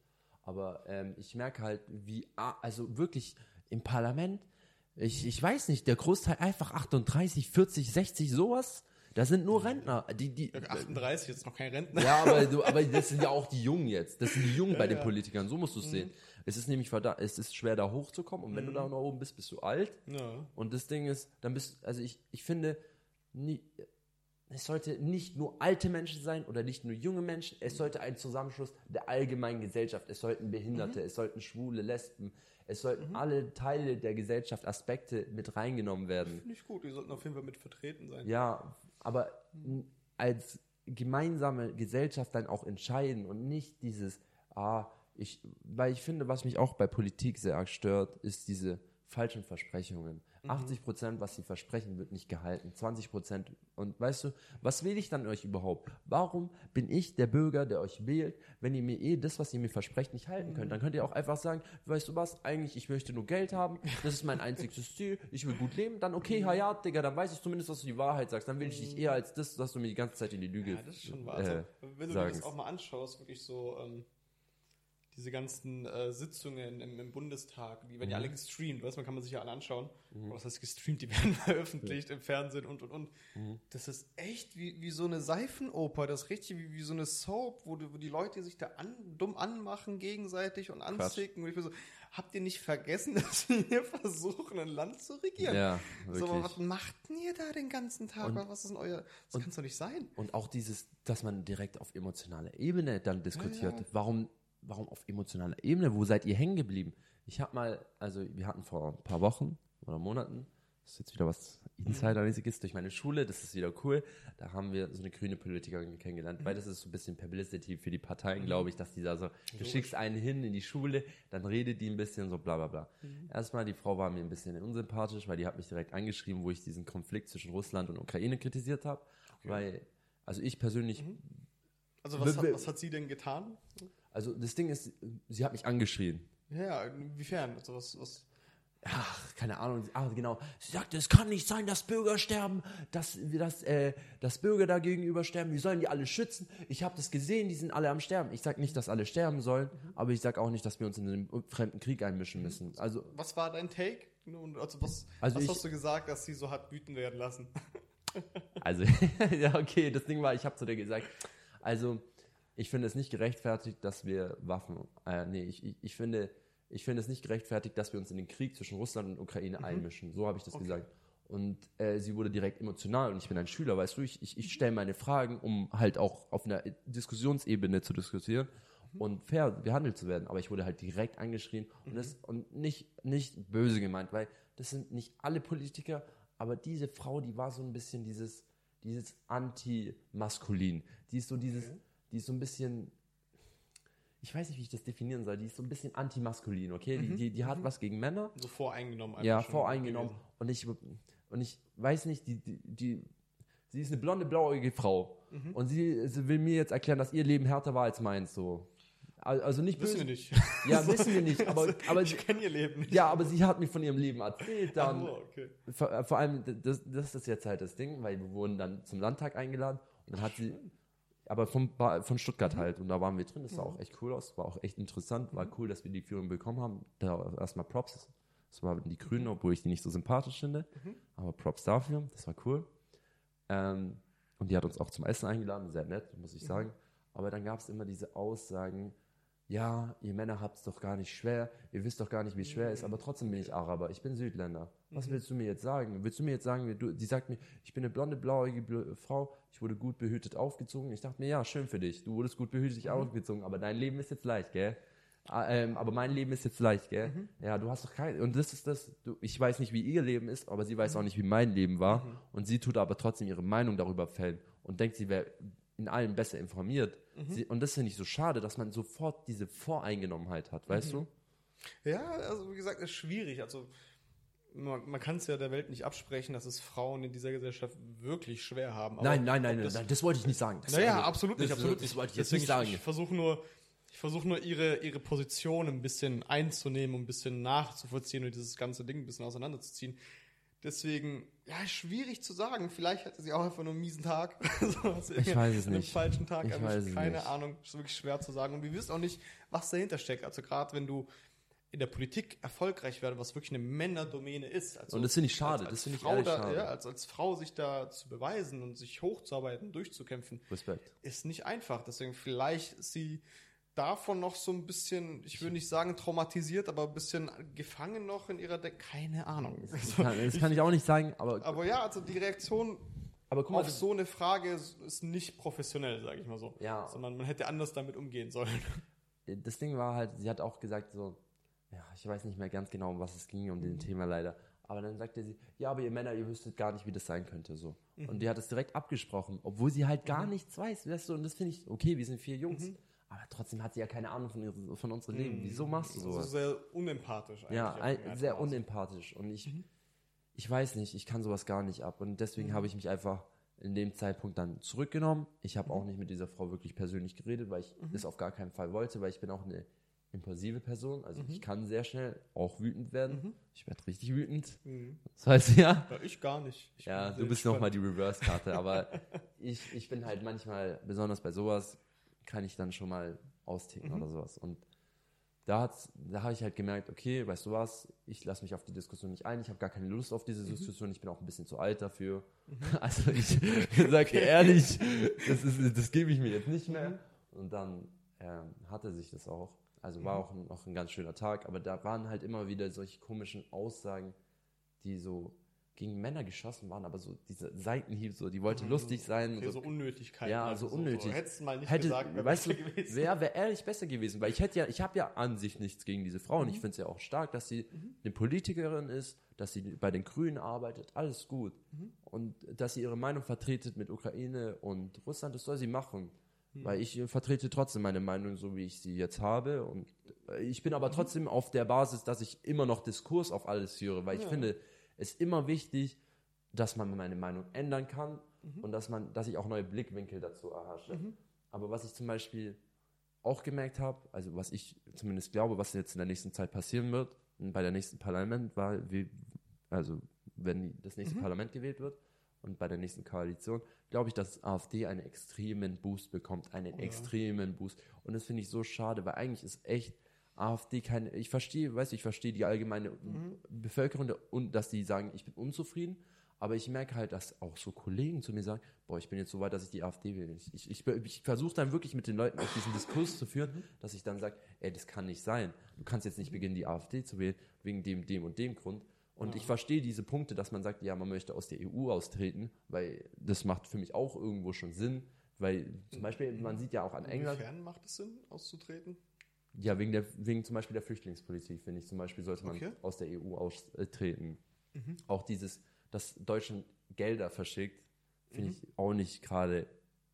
Aber ähm, ich merke halt, wie, also wirklich im Parlament, ich, ich weiß nicht, der Großteil einfach achtunddreißig, vierzig, sechzig, sowas. Das sind nur Rentner. Die, die, achtunddreißig ist noch kein Rentner. Ja, aber, du, aber das sind ja auch die Jungen jetzt. Das sind die Jungen ja, bei den ja. Politikern. So musst du es mhm. sehen. Es ist nämlich verdammt, es ist schwer, da hochzukommen. Und wenn mhm. du da noch oben bist, bist du alt. Ja. Und das Ding ist, dann bist also ich, ich finde, nie, es sollte nicht nur alte Menschen sein oder nicht nur junge Menschen. Es sollte ein Zusammenschluss der allgemeinen Gesellschaft. Es sollten Behinderte, mhm. es sollten Schwule, Lesben, es sollten mhm. alle Teile der Gesellschaft, Aspekte mit reingenommen werden. Finde ich gut, die sollten auf jeden Fall mit vertreten sein. Ja, aber als gemeinsame Gesellschaft dann auch entscheiden und nicht dieses, ah, ich, weil ich finde, was mich auch bei Politik sehr arg stört, ist diese falschen Versprechungen. Mhm. achtzig Prozent, was sie versprechen, wird nicht gehalten. zwanzig Prozent. Und weißt du, was will ich dann euch überhaupt? Warum bin ich der Bürger, der euch wählt, wenn ihr mir eh das, was ihr mir versprecht, nicht halten könnt? Dann könnt ihr auch einfach sagen, weißt du was, eigentlich, ich möchte nur Geld haben, das ist mein einziges Ziel, ich will gut leben, dann okay, ja, ja, Digga, dann weiß ich zumindest, dass du die Wahrheit sagst, dann will ich dich eher als das, dass du mir die ganze Zeit in die Lüge Ja, das ist schon wahr. Äh, also, wenn du sagst. dir das auch mal anschaust, wirklich so, ähm, diese ganzen äh, Sitzungen im, im Bundestag, die werden mhm. ja alle gestreamt, weißt du, man kann man sich ja alle anschauen. Mhm. Was heißt gestreamt? Die werden veröffentlicht mhm. im Fernsehen und, und, und. Mhm. Das ist echt wie, wie so eine Seifenoper, das ist richtig wie, wie so eine Soap, wo, du, wo die Leute sich da an, dumm anmachen gegenseitig und anzicken. Und ich bin so, habt ihr nicht vergessen, dass wir hier versuchen, ein Land zu regieren? Ja, wirklich. So, was macht denn ihr da den ganzen Tag? Und, was ist denn euer, das kann es doch nicht sein. Und auch dieses, dass man direkt auf emotionaler Ebene dann diskutiert. Ja, ja. Warum... Warum auf emotionaler Ebene? Wo seid ihr hängen geblieben? Ich habe mal, also wir hatten vor ein paar Wochen oder Monaten, das ist jetzt wieder was Insidermäßiges durch meine Schule, das ist wieder cool, da haben wir so eine grüne Politikerin kennengelernt, mhm. weil das ist so ein bisschen Publicity für die Parteien, mhm. glaube ich, dass die da so, du so schickst einen hin in die Schule, dann redet die ein bisschen so bla bla bla. Mhm. Erstmal, die Frau war mir ein bisschen unsympathisch, weil die hat mich direkt angeschrieben, wo ich diesen Konflikt zwischen Russland und Ukraine kritisiert habe, okay. weil, also ich persönlich... Mhm. Also was, hat, was hat sie denn getan? Also das Ding ist, sie hat mich angeschrien. Ja, inwiefern? Also was, was? Ach, keine Ahnung. Ah, genau. Sie sagte, es kann nicht sein, dass Bürger sterben, dass, dass, äh, dass Bürger da gegenüber sterben. Wir sollen die alle schützen. Ich habe das gesehen, die sind alle am Sterben. Ich sage nicht, dass alle sterben sollen, mhm. aber ich sage auch nicht, dass wir uns in einen fremden Krieg einmischen müssen. Also, was war dein Take? Also was, also was ich, hast du gesagt, dass sie so hat wütend werden lassen? Also, ja, okay, das Ding war, ich habe zu dir gesagt, also... Ich finde es nicht gerechtfertigt, dass wir Waffen, äh, nee, ich, ich, ich, finde, ich finde es nicht gerechtfertigt, dass wir uns in den Krieg zwischen Russland und Ukraine mhm. einmischen. So habe ich das okay. gesagt. Und äh, sie wurde direkt emotional und ich bin ein Schüler, weißt du, ich, ich, ich stelle meine Fragen, um halt auch auf einer Diskussionsebene zu diskutieren mhm. und fair behandelt zu werden. Aber ich wurde halt direkt angeschrien mhm. und, das, und nicht, nicht böse gemeint, weil das sind nicht alle Politiker, aber diese Frau, die war so ein bisschen dieses, dieses Anti-Maskulin. Die ist so dieses... Okay. Die ist so ein bisschen, ich weiß nicht, wie ich das definieren soll, die ist so ein bisschen antimaskulin, okay? Mhm. Die, die, die hat mhm. was gegen Männer. So voreingenommen. Ja, voreingenommen. Und ich, und ich weiß nicht, die, die, die, sie ist eine blonde, blauäugige Frau. Mhm. Und sie, sie will mir jetzt erklären, dass ihr Leben härter war als meins, so. Also nicht wissen böse. wir nicht. Ja, wissen wir nicht. Aber, aber ich kenne ihr Leben nicht. Ja, aber sie hat mir von ihrem Leben erzählt. Dann, oh, okay. vor, vor allem, das, das ist jetzt halt das Ding, weil wir wurden dann zum Landtag eingeladen und dann Ach, hat sie... Schön. Aber vom, von Stuttgart mhm. halt. Und da waren wir drin. Das sah mhm. auch echt cool aus. War auch echt interessant. War cool, dass wir die Führung bekommen haben. Da erstmal Props. Das waren die Grünen, mhm. obwohl ich die nicht so sympathisch finde. Mhm. Aber Props dafür. Das war cool. Ähm, und die hat uns auch zum Essen eingeladen. Sehr nett, muss ich mhm. sagen. Aber dann gab es immer diese Aussagen, ja, ihr Männer habt es doch gar nicht schwer, ihr wisst doch gar nicht, wie es schwer ist, aber trotzdem bin ich Araber, ich bin Südländer. Was mhm. willst du mir jetzt sagen? Willst du mir jetzt sagen, du, die sagt mir, ich bin eine blonde, blauäugige Frau, ich wurde gut behütet aufgezogen. Ich dachte mir, ja, schön für dich, du wurdest gut behütet mhm. aufgezogen, aber dein Leben ist jetzt leicht, gell? Ähm, aber mein Leben ist jetzt leicht, gell? Mhm. Ja, du hast doch kein... Und das ist das, du, ich weiß nicht, wie ihr Leben ist, aber sie weiß mhm. auch nicht, wie mein Leben war. Mhm. Und sie tut aber trotzdem ihre Meinung darüber fällen und denkt, sie wäre in allem besser informiert. Mhm. Sie, und das finde ich so schade, dass man sofort diese Voreingenommenheit hat, weißt mhm. du? Ja, also wie gesagt, ist schwierig. Also man, man kann es ja der Welt nicht absprechen, dass es Frauen in dieser Gesellschaft wirklich schwer haben. Aber nein, nein, nein, das, nein, das wollte ich nicht sagen. Das naja, absolut nicht, das, absolut das, nicht. Das wollte ich jetzt nicht sagen. Ich, ich versuche nur, ich versuche nur ihre, ihre Position ein bisschen einzunehmen, um ein bisschen nachzuvollziehen und dieses ganze Ding ein bisschen auseinanderzuziehen. Deswegen, ja, schwierig zu sagen. Vielleicht hatte sie auch einfach nur einen miesen Tag. so, ich weiß es einen nicht. falschen Tag. Ich erwischt. weiß es Keine nicht. Ahnung. Ist wirklich schwer zu sagen. Und wir wissen auch nicht, was dahinter steckt. Also gerade wenn du in der Politik erfolgreich werden, was wirklich eine Männerdomäne ist. Also Und das finde ich schade, als, als das finde ich Frau ehrlich da, schade. Ja, als, als Frau sich da zu beweisen und sich hochzuarbeiten, durchzukämpfen, Respekt. ist nicht einfach. Deswegen vielleicht ist sie davon noch so ein bisschen, ich würde nicht sagen traumatisiert, aber ein bisschen gefangen noch in ihrer Decke. Keine Ahnung. Das kann, das kann ich auch nicht sagen, aber, Aber ja, also die Reaktion aber guck mal, auf so eine Frage ist, ist nicht professionell, sage ich mal so. Ja. Sondern man hätte anders damit umgehen sollen. das Ding war halt, sie hat auch gesagt so, ja, ich weiß nicht mehr ganz genau, um was es ging, um den Thema leider. Aber dann sagte sie, ja, aber ihr Männer, ihr wüsstet gar nicht, wie das sein könnte, so. Mhm. Und die hat es direkt abgesprochen, obwohl sie halt gar mhm. nichts weiß, weißt du, und das finde ich, okay, wir sind vier Jungs, mhm. aber trotzdem hat sie ja keine Ahnung von, ihre, von unserem Leben. Mhm. Wieso machst du sowas? Also sehr unempathisch eigentlich. Ja, ein, sehr unempathisch und ich, mhm. ich weiß nicht, ich kann sowas gar nicht ab und deswegen mhm. habe ich mich einfach in dem Zeitpunkt dann zurückgenommen. Ich habe mhm. auch nicht mit dieser Frau wirklich persönlich geredet, weil ich mhm. das auf gar keinen Fall wollte, weil ich bin auch eine impulsive Person, also mhm. ich kann sehr schnell auch wütend werden. Mhm. Ich werde richtig wütend. Mhm. Das heißt ja. Ja, ich gar nicht. Ich ja, du bist nochmal die Reverse-Karte, aber ich, ich bin halt manchmal, besonders bei sowas, kann ich dann schon mal austicken mhm. oder sowas. Und da, hat's, da habe ich halt gemerkt, okay, weißt du was, ich lasse mich auf die Diskussion nicht ein, ich habe gar keine Lust auf diese mhm. Diskussion, ich bin auch ein bisschen zu alt dafür. Mhm. Also ich sage dir ehrlich, das, ist, das gebe ich mir jetzt nicht mehr. Und dann ähm, hatte sich das auch. Also war auch noch ein ganz schöner Tag, aber da waren halt immer wieder solche komischen Aussagen, die so gegen Männer geschossen waren, aber so diese Seitenhieb, so die wollte mhm. lustig sein. Okay, so, so Unnötigkeiten. Ja, also so unnötig. So, hättest du mal nicht hätte, gesagt, wäre weißt besser du, gewesen. Wäre wär ehrlich besser gewesen, weil ich hätte ja, ich habe ja an sich nichts gegen diese Frau und mhm. ich finde es ja auch stark, dass sie mhm. eine Politikerin ist, dass sie bei den Grünen arbeitet, alles gut. Mhm. Und dass sie ihre Meinung vertretet mit Ukraine und Russland, das soll sie machen. Weil ich vertrete trotzdem meine Meinung, so wie ich sie jetzt habe. Und ich bin aber trotzdem auf der Basis, dass ich immer noch Diskurs auf alles führe. Weil ich ja. finde, es ist immer wichtig, dass man meine Meinung ändern kann mhm. und dass man, dass ich auch neue Blickwinkel dazu erhasche. Mhm. Aber was ich zum Beispiel auch gemerkt habe, also was ich zumindest glaube, was jetzt in der nächsten Zeit passieren wird, bei der nächsten Parlamentwahl, wie, also wenn das nächste mhm. Parlament gewählt wird, und bei der nächsten Koalition, glaube ich, dass AfD einen extremen Boost bekommt, einen oh, extremen ja. Boost. Und das finde ich so schade, weil eigentlich ist echt AfD keine, ich verstehe, weißt du, ich verstehe die allgemeine mhm. Bevölkerung und dass die sagen, ich bin unzufrieden, aber ich merke halt, dass auch so Kollegen zu mir sagen, boah, ich bin jetzt so weit, dass ich die AfD wähle. Ich, ich, ich, ich versuche dann wirklich mit den Leuten auf diesen Diskurs zu führen, dass ich dann sage, ey, das kann nicht sein. Du kannst jetzt nicht beginnen, die AfD zu wählen, wegen dem, dem und dem Grund. Und ja. ich verstehe diese Punkte, dass man sagt, ja, man möchte aus der E U austreten, weil das macht für mich auch irgendwo schon Sinn, weil zum Beispiel, man sieht ja auch an England... Inwiefern macht es Sinn, auszutreten? Ja, wegen, der, wegen zum Beispiel der Flüchtlingspolitik, finde ich. Zum Beispiel sollte man okay. aus der E U austreten. Mhm. Auch dieses, dass Deutschland Gelder verschickt, finde mhm. ich auch nicht gerade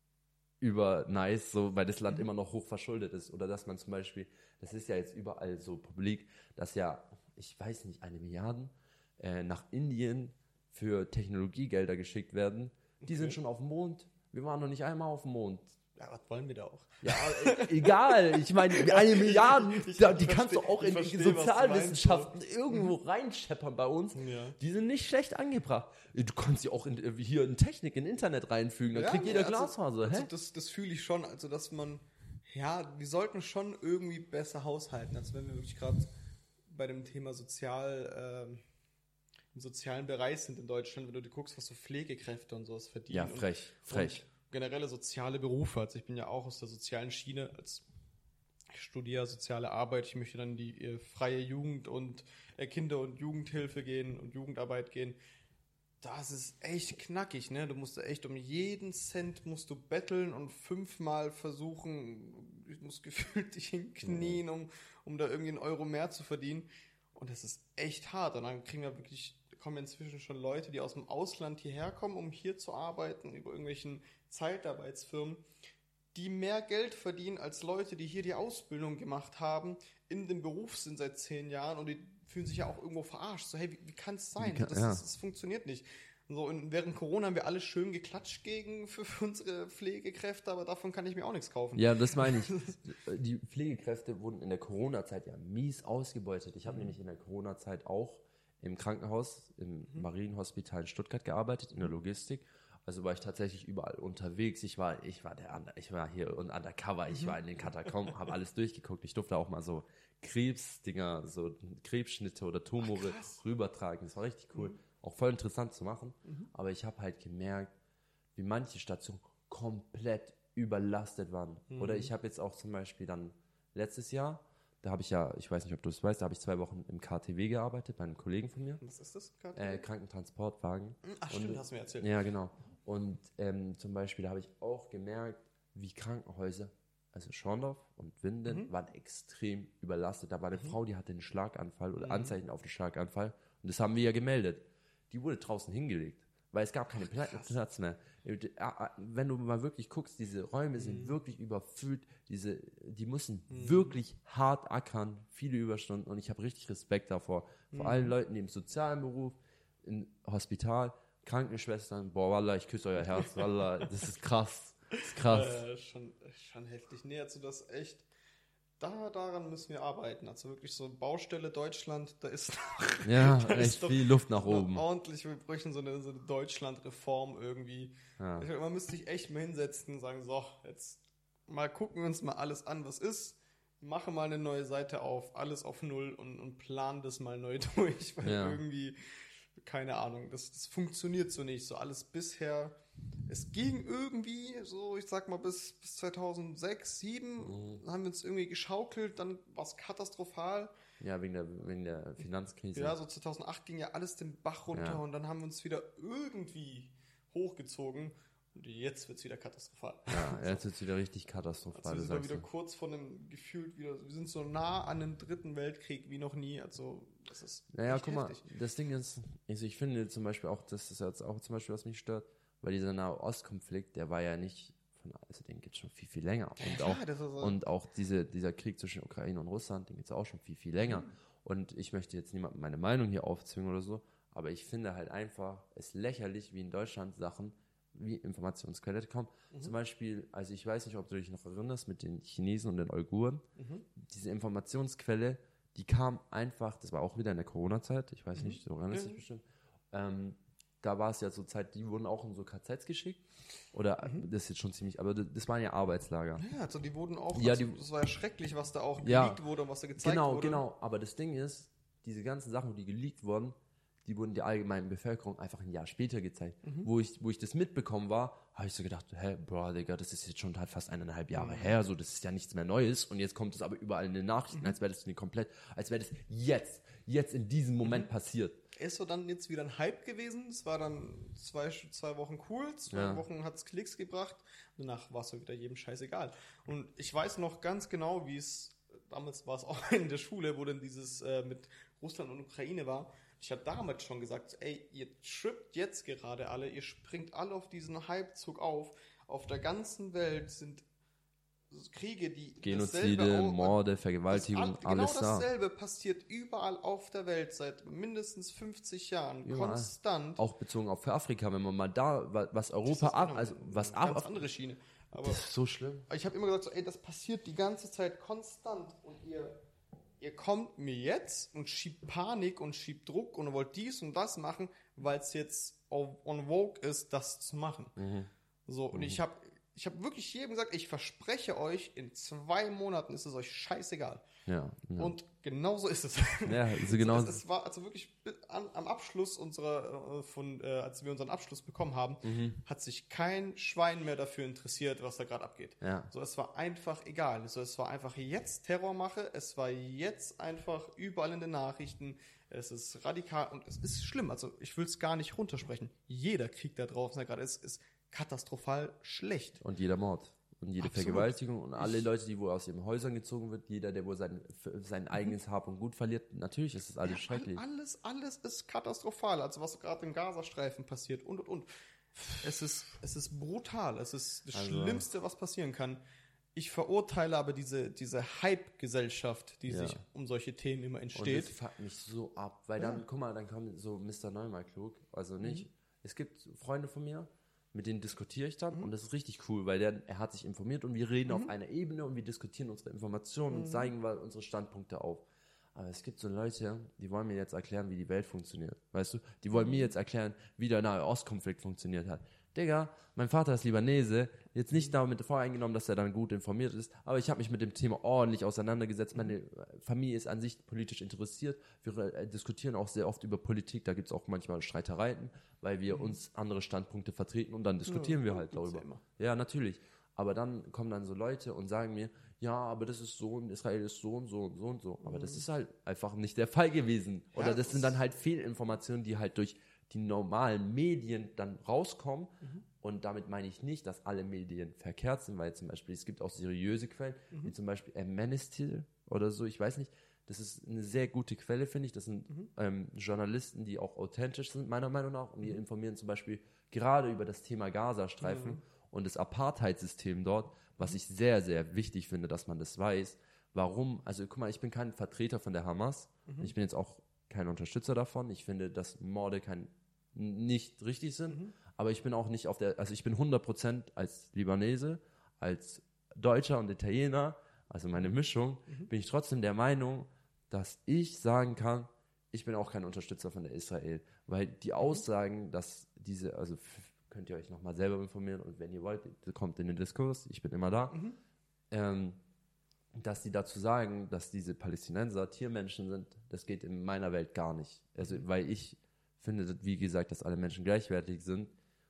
über nice, so, weil das Land mhm. immer noch hoch verschuldet ist. Oder dass man zum Beispiel, das ist ja jetzt überall so publik, dass ja, ich weiß nicht, eine Milliarde nach Indien für Technologiegelder geschickt werden. Die okay. sind schon auf dem Mond. Wir waren noch nicht einmal auf dem Mond. Ja, was wollen wir da auch? Ja, egal. Ich meine, eine Milliarde, ich, ich, die ich kannst versteh, du auch in versteh, Sozialwissenschaften meinst, irgendwo mhm. reinscheppern bei uns. Ja. Die sind nicht schlecht angebracht. Du kannst sie auch in, hier in Technik, in Internet reinfügen. Da ja, kriegt jeder also, Glasfaser. Also das, das fühle ich schon. Also, dass man, ja, wir sollten schon irgendwie besser haushalten. Also, wenn wir wirklich gerade bei dem Thema Sozial... Ähm, im sozialen Bereich sind in Deutschland, wenn du dir guckst, was so Pflegekräfte und sowas verdienen. Ja, frech, und, frech. Und generelle soziale Berufe. Also ich bin ja auch aus der sozialen Schiene, als ich studiere soziale Arbeit. Ich möchte dann die äh, freie Jugend- und äh, Kinder- und Jugendhilfe gehen und Jugendarbeit gehen. Das ist echt knackig, ne? Du musst echt um jeden Cent musst du betteln und fünfmal versuchen, ich muss gefühlt dich hinknien, um, um da irgendwie einen Euro mehr zu verdienen. Und das ist echt hart. Und dann kriegen wir wirklich, kommen inzwischen schon Leute, die aus dem Ausland hierher kommen, um hier zu arbeiten, über irgendwelchen Zeitarbeitsfirmen, die mehr Geld verdienen als Leute, die hier die Ausbildung gemacht haben, in dem Beruf sind seit zehn Jahren und die fühlen sich ja auch irgendwo verarscht. So, hey, wie, wie kann es sein? Kann, das, ja. das, das funktioniert nicht. Und so, und während Corona haben wir alle schön geklatscht gegen für, für unsere Pflegekräfte, aber davon kann ich mir auch nichts kaufen. Ja, das meine ich. Die Pflegekräfte wurden in der Corona-Zeit ja mies ausgebeutet. Ich habe mhm. nämlich in der Corona-Zeit auch im Krankenhaus, im mhm. Marienhospital in Stuttgart gearbeitet, in der Logistik. Also war ich tatsächlich überall unterwegs. Ich war, ich war der, ich war hier und undercover. Ich mhm. war in den Katakomben, habe alles durchgeguckt. Ich durfte auch mal so Krebsdinger, so Krebsschnitte oder Tumore Ach, rübertragen. Das war richtig cool. Mhm. Auch voll interessant zu machen. Mhm. Aber ich habe halt gemerkt, wie manche Stationen komplett überlastet waren. Mhm. Oder ich habe jetzt auch zum Beispiel dann letztes Jahr, da habe ich ja, ich weiß nicht, ob du es weißt, da habe ich zwei Wochen im K T W gearbeitet, bei einem Kollegen von mir. Was ist das? K T W? Äh, Krankentransportwagen. Ach stimmt, und, hast du mir erzählt. Ja, genau. Und ähm, zum Beispiel, da habe ich auch gemerkt, wie Krankenhäuser, also Schorndorf und Winden, mhm. waren extrem überlastet. Da war eine mhm. Frau, die hatte einen Schlaganfall oder mhm. Anzeichen auf einen Schlaganfall. Und das haben wir ja gemeldet. Die wurde draußen hingelegt, weil es gab keinen Pla- Platz mehr. Wenn du mal wirklich guckst, diese Räume sind mhm. wirklich überfüllt. Diese, die müssen mhm. wirklich hart ackern, viele Überstunden. Und ich habe richtig Respekt davor. Vor mhm. allen Leuten, die im sozialen Beruf, im Hospital, Krankenschwestern, boah, Wallah, ich küsse euer Herz, Wallah, das ist krass, das ist krass. Äh, schon, schon heftig. Nee, also das echt, da, daran müssen wir arbeiten. Also wirklich so Baustelle Deutschland, da ist noch, ja, da echt ist doch, viel Luft nach oben. Ordentlich, wir bräuchten so eine, so eine Deutschland-Reform irgendwie. Ja. Ich, man müsste sich echt mal hinsetzen und sagen, so, jetzt mal gucken wir uns mal alles an, was ist. Mache mal eine neue Seite auf, alles auf Null und, und plan das mal neu durch, weil ja. irgendwie... Keine Ahnung, das, das funktioniert so nicht. So alles bisher, es ging irgendwie, so ich sag mal bis, bis zweitausendsechs, zweitausendsieben mhm. haben wir uns irgendwie geschaukelt, dann war es katastrophal. Ja, wegen der, wegen der Finanzkrise. Ja, so zweitausendacht ging ja alles den Bach runter ja. und dann haben wir uns wieder irgendwie hochgezogen. Und jetzt wird es wieder katastrophal. Ja, jetzt wird es wieder richtig katastrophal. Also wir sind wir wieder du. kurz vor einem gefühlt wieder, wir sind so nah an einem dritten Weltkrieg wie noch nie. Also das ist Naja, guck heftig. mal, das Ding ist, also ich finde zum Beispiel auch, das ist jetzt auch zum Beispiel, was mich stört, weil dieser Nahost-Konflikt, der war ja nicht von, also den gibt es schon viel, viel länger. Und ja, auch, so. und auch diese, dieser Krieg zwischen Ukraine und Russland, den gibt es auch schon viel, viel länger. Mhm. Und ich möchte jetzt niemandem meine Meinung hier aufzwingen oder so, aber ich finde halt einfach, es lächerlich, wie in Deutschland Sachen wie Informationsquelle kommen. Mhm. Zum Beispiel, also ich weiß nicht, ob du dich noch erinnerst, mit den Chinesen und den Uiguren. Mhm. Diese Informationsquelle, die kam einfach, das war auch wieder in der Corona-Zeit, ich weiß mhm. nicht, du erinnerst dich mhm. bestimmt, ähm, da war es ja so Zeit, die wurden auch in so K Zs geschickt. Oder, mhm. das ist jetzt schon ziemlich, aber das waren ja Arbeitslager. Ja, also die wurden auch, ja, also die, das war ja schrecklich, was da auch ja, geleakt wurde und was da gezeigt genau, wurde. Genau, genau, aber das Ding ist, diese ganzen Sachen, die geleakt wurden, die wurden der allgemeinen Bevölkerung einfach ein Jahr später gezeigt. Mhm. Wo ich, wo ich das mitbekommen war, habe ich so gedacht, hä, Bro, Digga, das ist jetzt schon halt fast eineinhalb Jahre mhm. her, so, das ist ja nichts mehr Neues und jetzt kommt es aber überall in den Nachrichten, mhm. als wäre das nicht komplett, als wäre das jetzt, jetzt in diesem Moment mhm. passiert. Ist so dann jetzt wieder ein Hype gewesen, es war dann zwei, zwei Wochen cool, zwei ja. Wochen hat es Klicks gebracht, danach war es so wieder jedem scheißegal. Und ich weiß noch ganz genau, wie es, damals war es auch in der Schule, wo dann dieses äh, mit Russland und Ukraine war. Ich habe damals schon gesagt, ey, ihr trippt jetzt gerade alle, ihr springt alle auf diesen Hypezug auf. Auf der ganzen Welt sind Kriege, die Genozide, auch, Morde, Vergewaltigung, das, alles da. Genau dasselbe passiert überall auf der Welt seit mindestens fünfzig Jahren, überall. Konstant. Auch bezogen auf Afrika, wenn man mal da, was Europa ab, genau, also was ab, ganz andere Schiene. Aber das ist so schlimm. Ich habe immer gesagt, so, ey, das passiert die ganze Zeit konstant und ihr Ihr kommt mir jetzt und schiebt Panik und schiebt Druck und wollt dies und das machen, weil es jetzt on vogue ist, das zu machen. Mhm. So, und mhm. ich habe ich hab wirklich jedem gesagt, ich verspreche euch, in zwei Monaten ist es euch scheißegal. Ja, ja. Und genau so ist es. Ja, also genau. es, es war also wirklich an, am Abschluss unserer, äh, von, äh, als wir unseren Abschluss bekommen haben, mhm. hat sich kein Schwein mehr dafür interessiert, was da gerade abgeht. Ja. So, es war einfach egal. So, es war einfach jetzt Terrormache, es war jetzt einfach überall in den Nachrichten, es ist radikal und es ist schlimm. Also ich will es gar nicht runtersprechen. Jeder Krieg da draußen, der gerade ist, ist katastrophal schlecht. Und jeder Mord. Und jede Absolut. Vergewaltigung und alle ich, Leute, die wo aus ihren Häusern gezogen wird, jeder, der wo sein, sein eigenes Hab und Gut verliert, natürlich ist das alles ja, schrecklich. Alles, alles ist katastrophal, also was gerade im Gazastreifen passiert und, und, und. Es ist, es ist brutal, es ist das also, Schlimmste, was passieren kann. Ich verurteile aber diese, diese Hype-Gesellschaft, die ja. sich um solche Themen immer entsteht. Und das fuckt mich so ab, weil dann, ja. guck mal, dann kommt so Mister Neumann klug, also nicht, mhm. es gibt Freunde von mir, mit denen diskutiere ich dann mhm. und das ist richtig cool, weil der, er hat sich informiert und wir reden mhm. auf einer Ebene und wir diskutieren unsere Informationen mhm. und zeigen mal unsere Standpunkte auf. Aber es gibt so Leute, die wollen mir jetzt erklären, wie die Welt funktioniert. Weißt du? Die wollen mir jetzt erklären, wie der Nahe-Ost-Konflikt funktioniert hat. Digga, mein Vater ist Libanese, jetzt nicht damit voreingenommen, dass er dann gut informiert ist, aber ich habe mich mit dem Thema ordentlich auseinandergesetzt. Meine Familie ist an sich politisch interessiert. Wir äh, diskutieren auch sehr oft über Politik. Da gibt es auch manchmal Streitereien, weil wir mhm. uns andere Standpunkte vertreten und dann diskutieren ja, wir halt darüber. Ja, natürlich. Aber dann kommen dann so Leute und sagen mir, ja, aber das ist so und Israel ist so und so und so und so. Aber mhm. das ist halt einfach nicht der Fall gewesen. Oder ja, das sind dann halt Fehlinformationen, die halt durch die normalen Medien dann rauskommen. Mhm. Und damit meine ich nicht, dass alle Medien verkehrt sind, weil zum Beispiel, es gibt auch seriöse Quellen, mhm. wie zum Beispiel Amnesty oder so, ich weiß nicht. Das ist eine sehr gute Quelle, finde ich. Das sind mhm. ähm, Journalisten, die auch authentisch sind, meiner Meinung nach. Und die mhm. informieren zum Beispiel gerade über das Thema Gazastreifen mhm. und das Apartheid-System dort, was ich sehr, sehr wichtig finde, dass man das weiß. Warum? Also guck mal, ich bin kein Vertreter von der Hamas. Mhm. Ich bin jetzt auch kein Unterstützer davon. Ich finde, dass Morde kein, nicht richtig sind. Mhm. Aber ich bin auch nicht auf der, also ich bin hundert Prozent als Libanese, als Deutscher und Italiener, also meine Mischung, mhm. bin ich trotzdem der Meinung, dass ich sagen kann, ich bin auch kein Unterstützer von der Israel. Weil die Aussagen, dass diese, also könnt ihr euch nochmal selber informieren und wenn ihr wollt, kommt in den Diskurs, ich bin immer da, mhm. ähm, dass die dazu sagen, dass diese Palästinenser Tiermenschen sind, das geht in meiner Welt gar nicht. Also, weil ich finde, wie gesagt, dass alle Menschen gleichwertig sind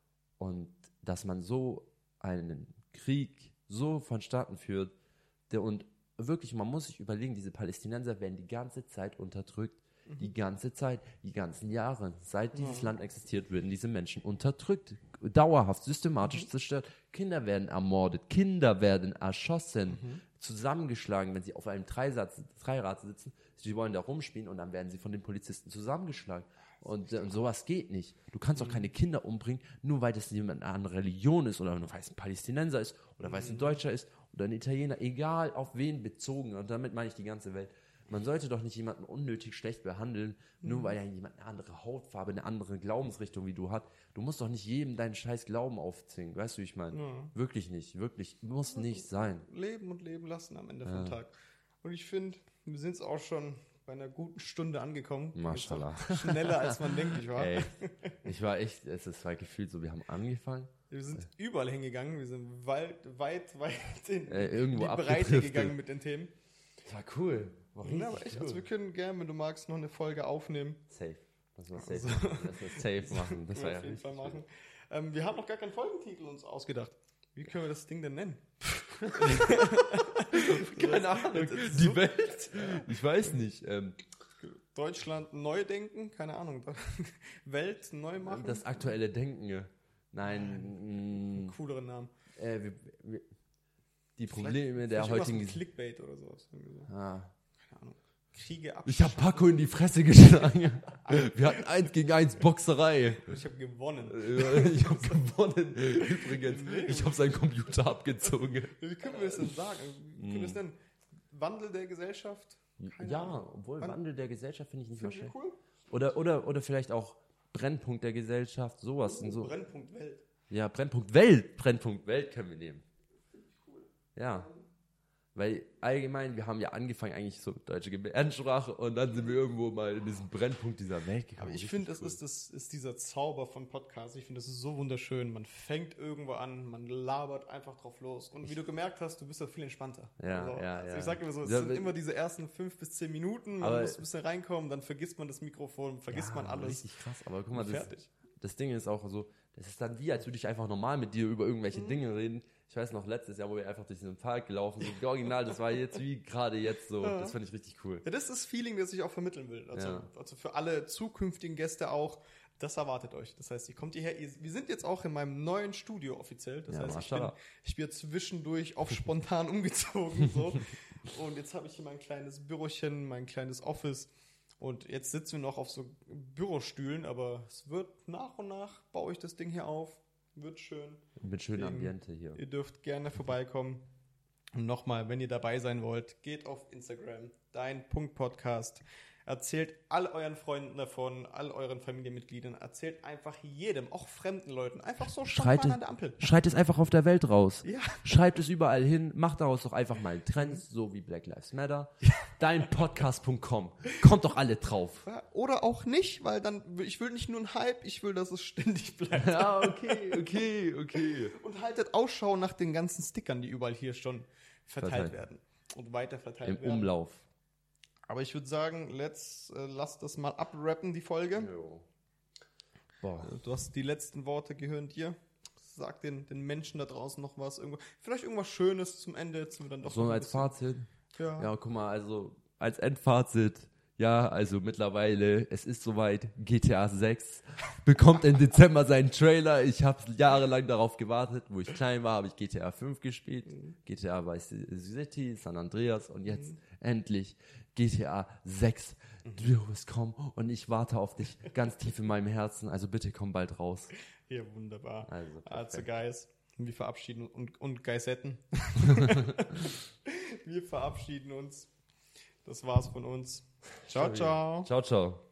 und dass man so einen Krieg so vonstatten führt, der und wirklich, man muss sich überlegen, diese Palästinenser werden die ganze Zeit unterdrückt. Die ganze Zeit, die ganzen Jahre, seit dieses ja. Land existiert, werden diese Menschen unterdrückt, dauerhaft, systematisch mhm. zerstört. Kinder werden ermordet, Kinder werden erschossen, mhm. zusammengeschlagen, wenn sie auf einem Dreirad, Dreirad sitzen. Sie wollen da rumspielen und dann werden sie von den Polizisten zusammengeschlagen. Und, und sowas geht nicht. Du kannst auch keine Kinder umbringen, nur weil das jemand eine andere Religion ist oder nur weil es ein Palästinenser ist oder weil es ein Deutscher ist oder ein Italiener, egal auf wen bezogen. Und damit meine ich die ganze Welt. Man sollte doch nicht jemanden unnötig schlecht behandeln, nur mhm. weil ja jemand eine andere Hautfarbe, eine andere Glaubensrichtung wie du hat. Du musst doch nicht jedem deinen scheiß Glauben aufzwingen. Weißt du, wie ich meine? Ja. Wirklich nicht. Wirklich. Muss nicht sein. Leben und leben lassen am Ende ja. vom Tag. Und ich finde, wir sind jetzt auch schon bei einer guten Stunde angekommen. Maschallah. Schneller als man denkt, ich war. Ey, ich war echt, es ist halt gefühlt so, wir haben angefangen. Wir sind äh. überall hingegangen. Wir sind weit, weit, weit in äh, irgendwo die Breite gegangen mit den Themen. Das war cool. War ja, aber echt, cool. Also wir können gerne, wenn du magst, noch eine Folge aufnehmen. Safe. Lass mal safe also. machen. Lass mal safe machen. Das war ja auf jeden Fall machen. Ähm, wir haben noch gar keinen Folgentitel uns ausgedacht. Wie können wir das Ding denn nennen? Keine Ahnung. Die so? Welt? Ich weiß nicht. Ähm, Deutschland neu denken? Keine Ahnung. Welt neu machen? Das aktuelle Denken. Nein. Mh, cooleren Namen. Äh, wir, wir, die Probleme vielleicht, der vielleicht heutigen... Clickbait oder sowas. So. Ah. Keine Ahnung. Kriege ab. Ich habe Paco in die Fresse geschlagen. Wir hatten eins gegen eins Boxerei. Ich habe gewonnen. Ich habe gewonnen. Übrigens, nee. Ich habe seinen Computer abgezogen. Wie können wir das denn sagen? Wie können wir das denn? Wandel der Gesellschaft? Keine ja, Ahnung. Obwohl Wandel, Wandel der Gesellschaft finde ich nicht find so schlecht. Cool. Oder, oder, oder vielleicht auch Brennpunkt der Gesellschaft, sowas. Oh, so. Brennpunkt Welt. Ja, Brennpunkt Welt. Brennpunkt Welt können wir nehmen. Finde ich cool. Ja. Weil allgemein, wir haben ja angefangen eigentlich so deutsche Gebärdensprache und dann sind wir irgendwo mal in diesen Brennpunkt dieser Welt gekommen. Aber ich finde, das, cool. ist, das ist dieser Zauber von Podcasts. Ich finde, das ist so wunderschön. Man fängt irgendwo an, man labert einfach drauf los. Und wie du gemerkt hast, du bist ja viel entspannter. Ja, also, ja, also ja. Ich sage immer so, es ja, sind immer diese ersten fünf bis zehn Minuten, man muss ein bisschen reinkommen, dann vergisst man das Mikrofon, vergisst ja, man alles. Richtig krass, aber guck mal, das, das Ding ist auch so, das ist dann wie, als würde ich einfach normal mit dir über irgendwelche mhm. Dinge reden. Ich weiß noch, letztes Jahr, wo wir einfach durch diesen Park gelaufen sind, original, das war jetzt wie gerade jetzt so. Ja. Das fand ich richtig cool. Ja, das ist das Feeling, das ich auch vermitteln will. Also, ja. also für alle zukünftigen Gäste auch, das erwartet euch. Das heißt, ihr kommt hierher, ihr, wir sind jetzt auch in meinem neuen Studio offiziell. Das ja, heißt, ich bin, ich bin zwischendurch auf spontan umgezogen. So. Und jetzt habe ich hier mein kleines Bürochen, mein kleines Office. Und jetzt sitzen wir noch auf so Bürostühlen, aber es wird nach und nach, baue ich das Ding hier auf. Wird schön. Mit schönem Ambiente hier. Ihr dürft gerne vorbeikommen. Und nochmal, wenn ihr dabei sein wollt, geht auf Instagram, dein Punkt Podcast. Erzählt all euren Freunden davon, all euren Familienmitgliedern. Erzählt einfach jedem, auch fremden Leuten. Einfach so Schreit spontan es, an der Ampel. schreit es einfach auf der Welt raus. Ja. Schreibt es überall hin. Macht daraus doch einfach mal einen Trend, so wie Black Lives Matter. dein podcast punkt com. Kommt doch alle drauf. Ja, oder auch nicht, weil dann, ich will nicht nur einen Hype, ich will, dass es ständig bleibt. Ja, okay, okay, okay. Und haltet Ausschau nach den ganzen Stickern, die überall hier schon verteilt, Verteilt. werden. Und weiter verteilt Im werden. Umlauf. Aber ich würde sagen, let's, äh, lass das mal abrappen, die Folge. Jo. Boah. Du hast die letzten Worte gehören dir. Sag den, den Menschen da draußen noch was. Irgendwo, vielleicht irgendwas Schönes zum Ende. Jetzt sind wir dann doch So noch ein als bisschen- Fazit. Ja. Ja, guck mal, also als Endfazit. Ja, also mittlerweile, es ist soweit, G T A sechs bekommt im Dezember seinen Trailer. Ich habe jahrelang darauf gewartet. Wo ich klein war, habe ich G T A fünf gespielt. Mhm. G T A Vice City, San Andreas und jetzt endlich G T A sechs. Du wirst kommen und ich warte auf dich ganz tief in meinem Herzen. Also bitte komm bald raus. Hier, wunderbar. Also, Also, perfekt. Guys, wir verabschieden und, und Geisetten. Wir verabschieden uns. Das war's von uns. Ciao, ciao. Ciao, ciao.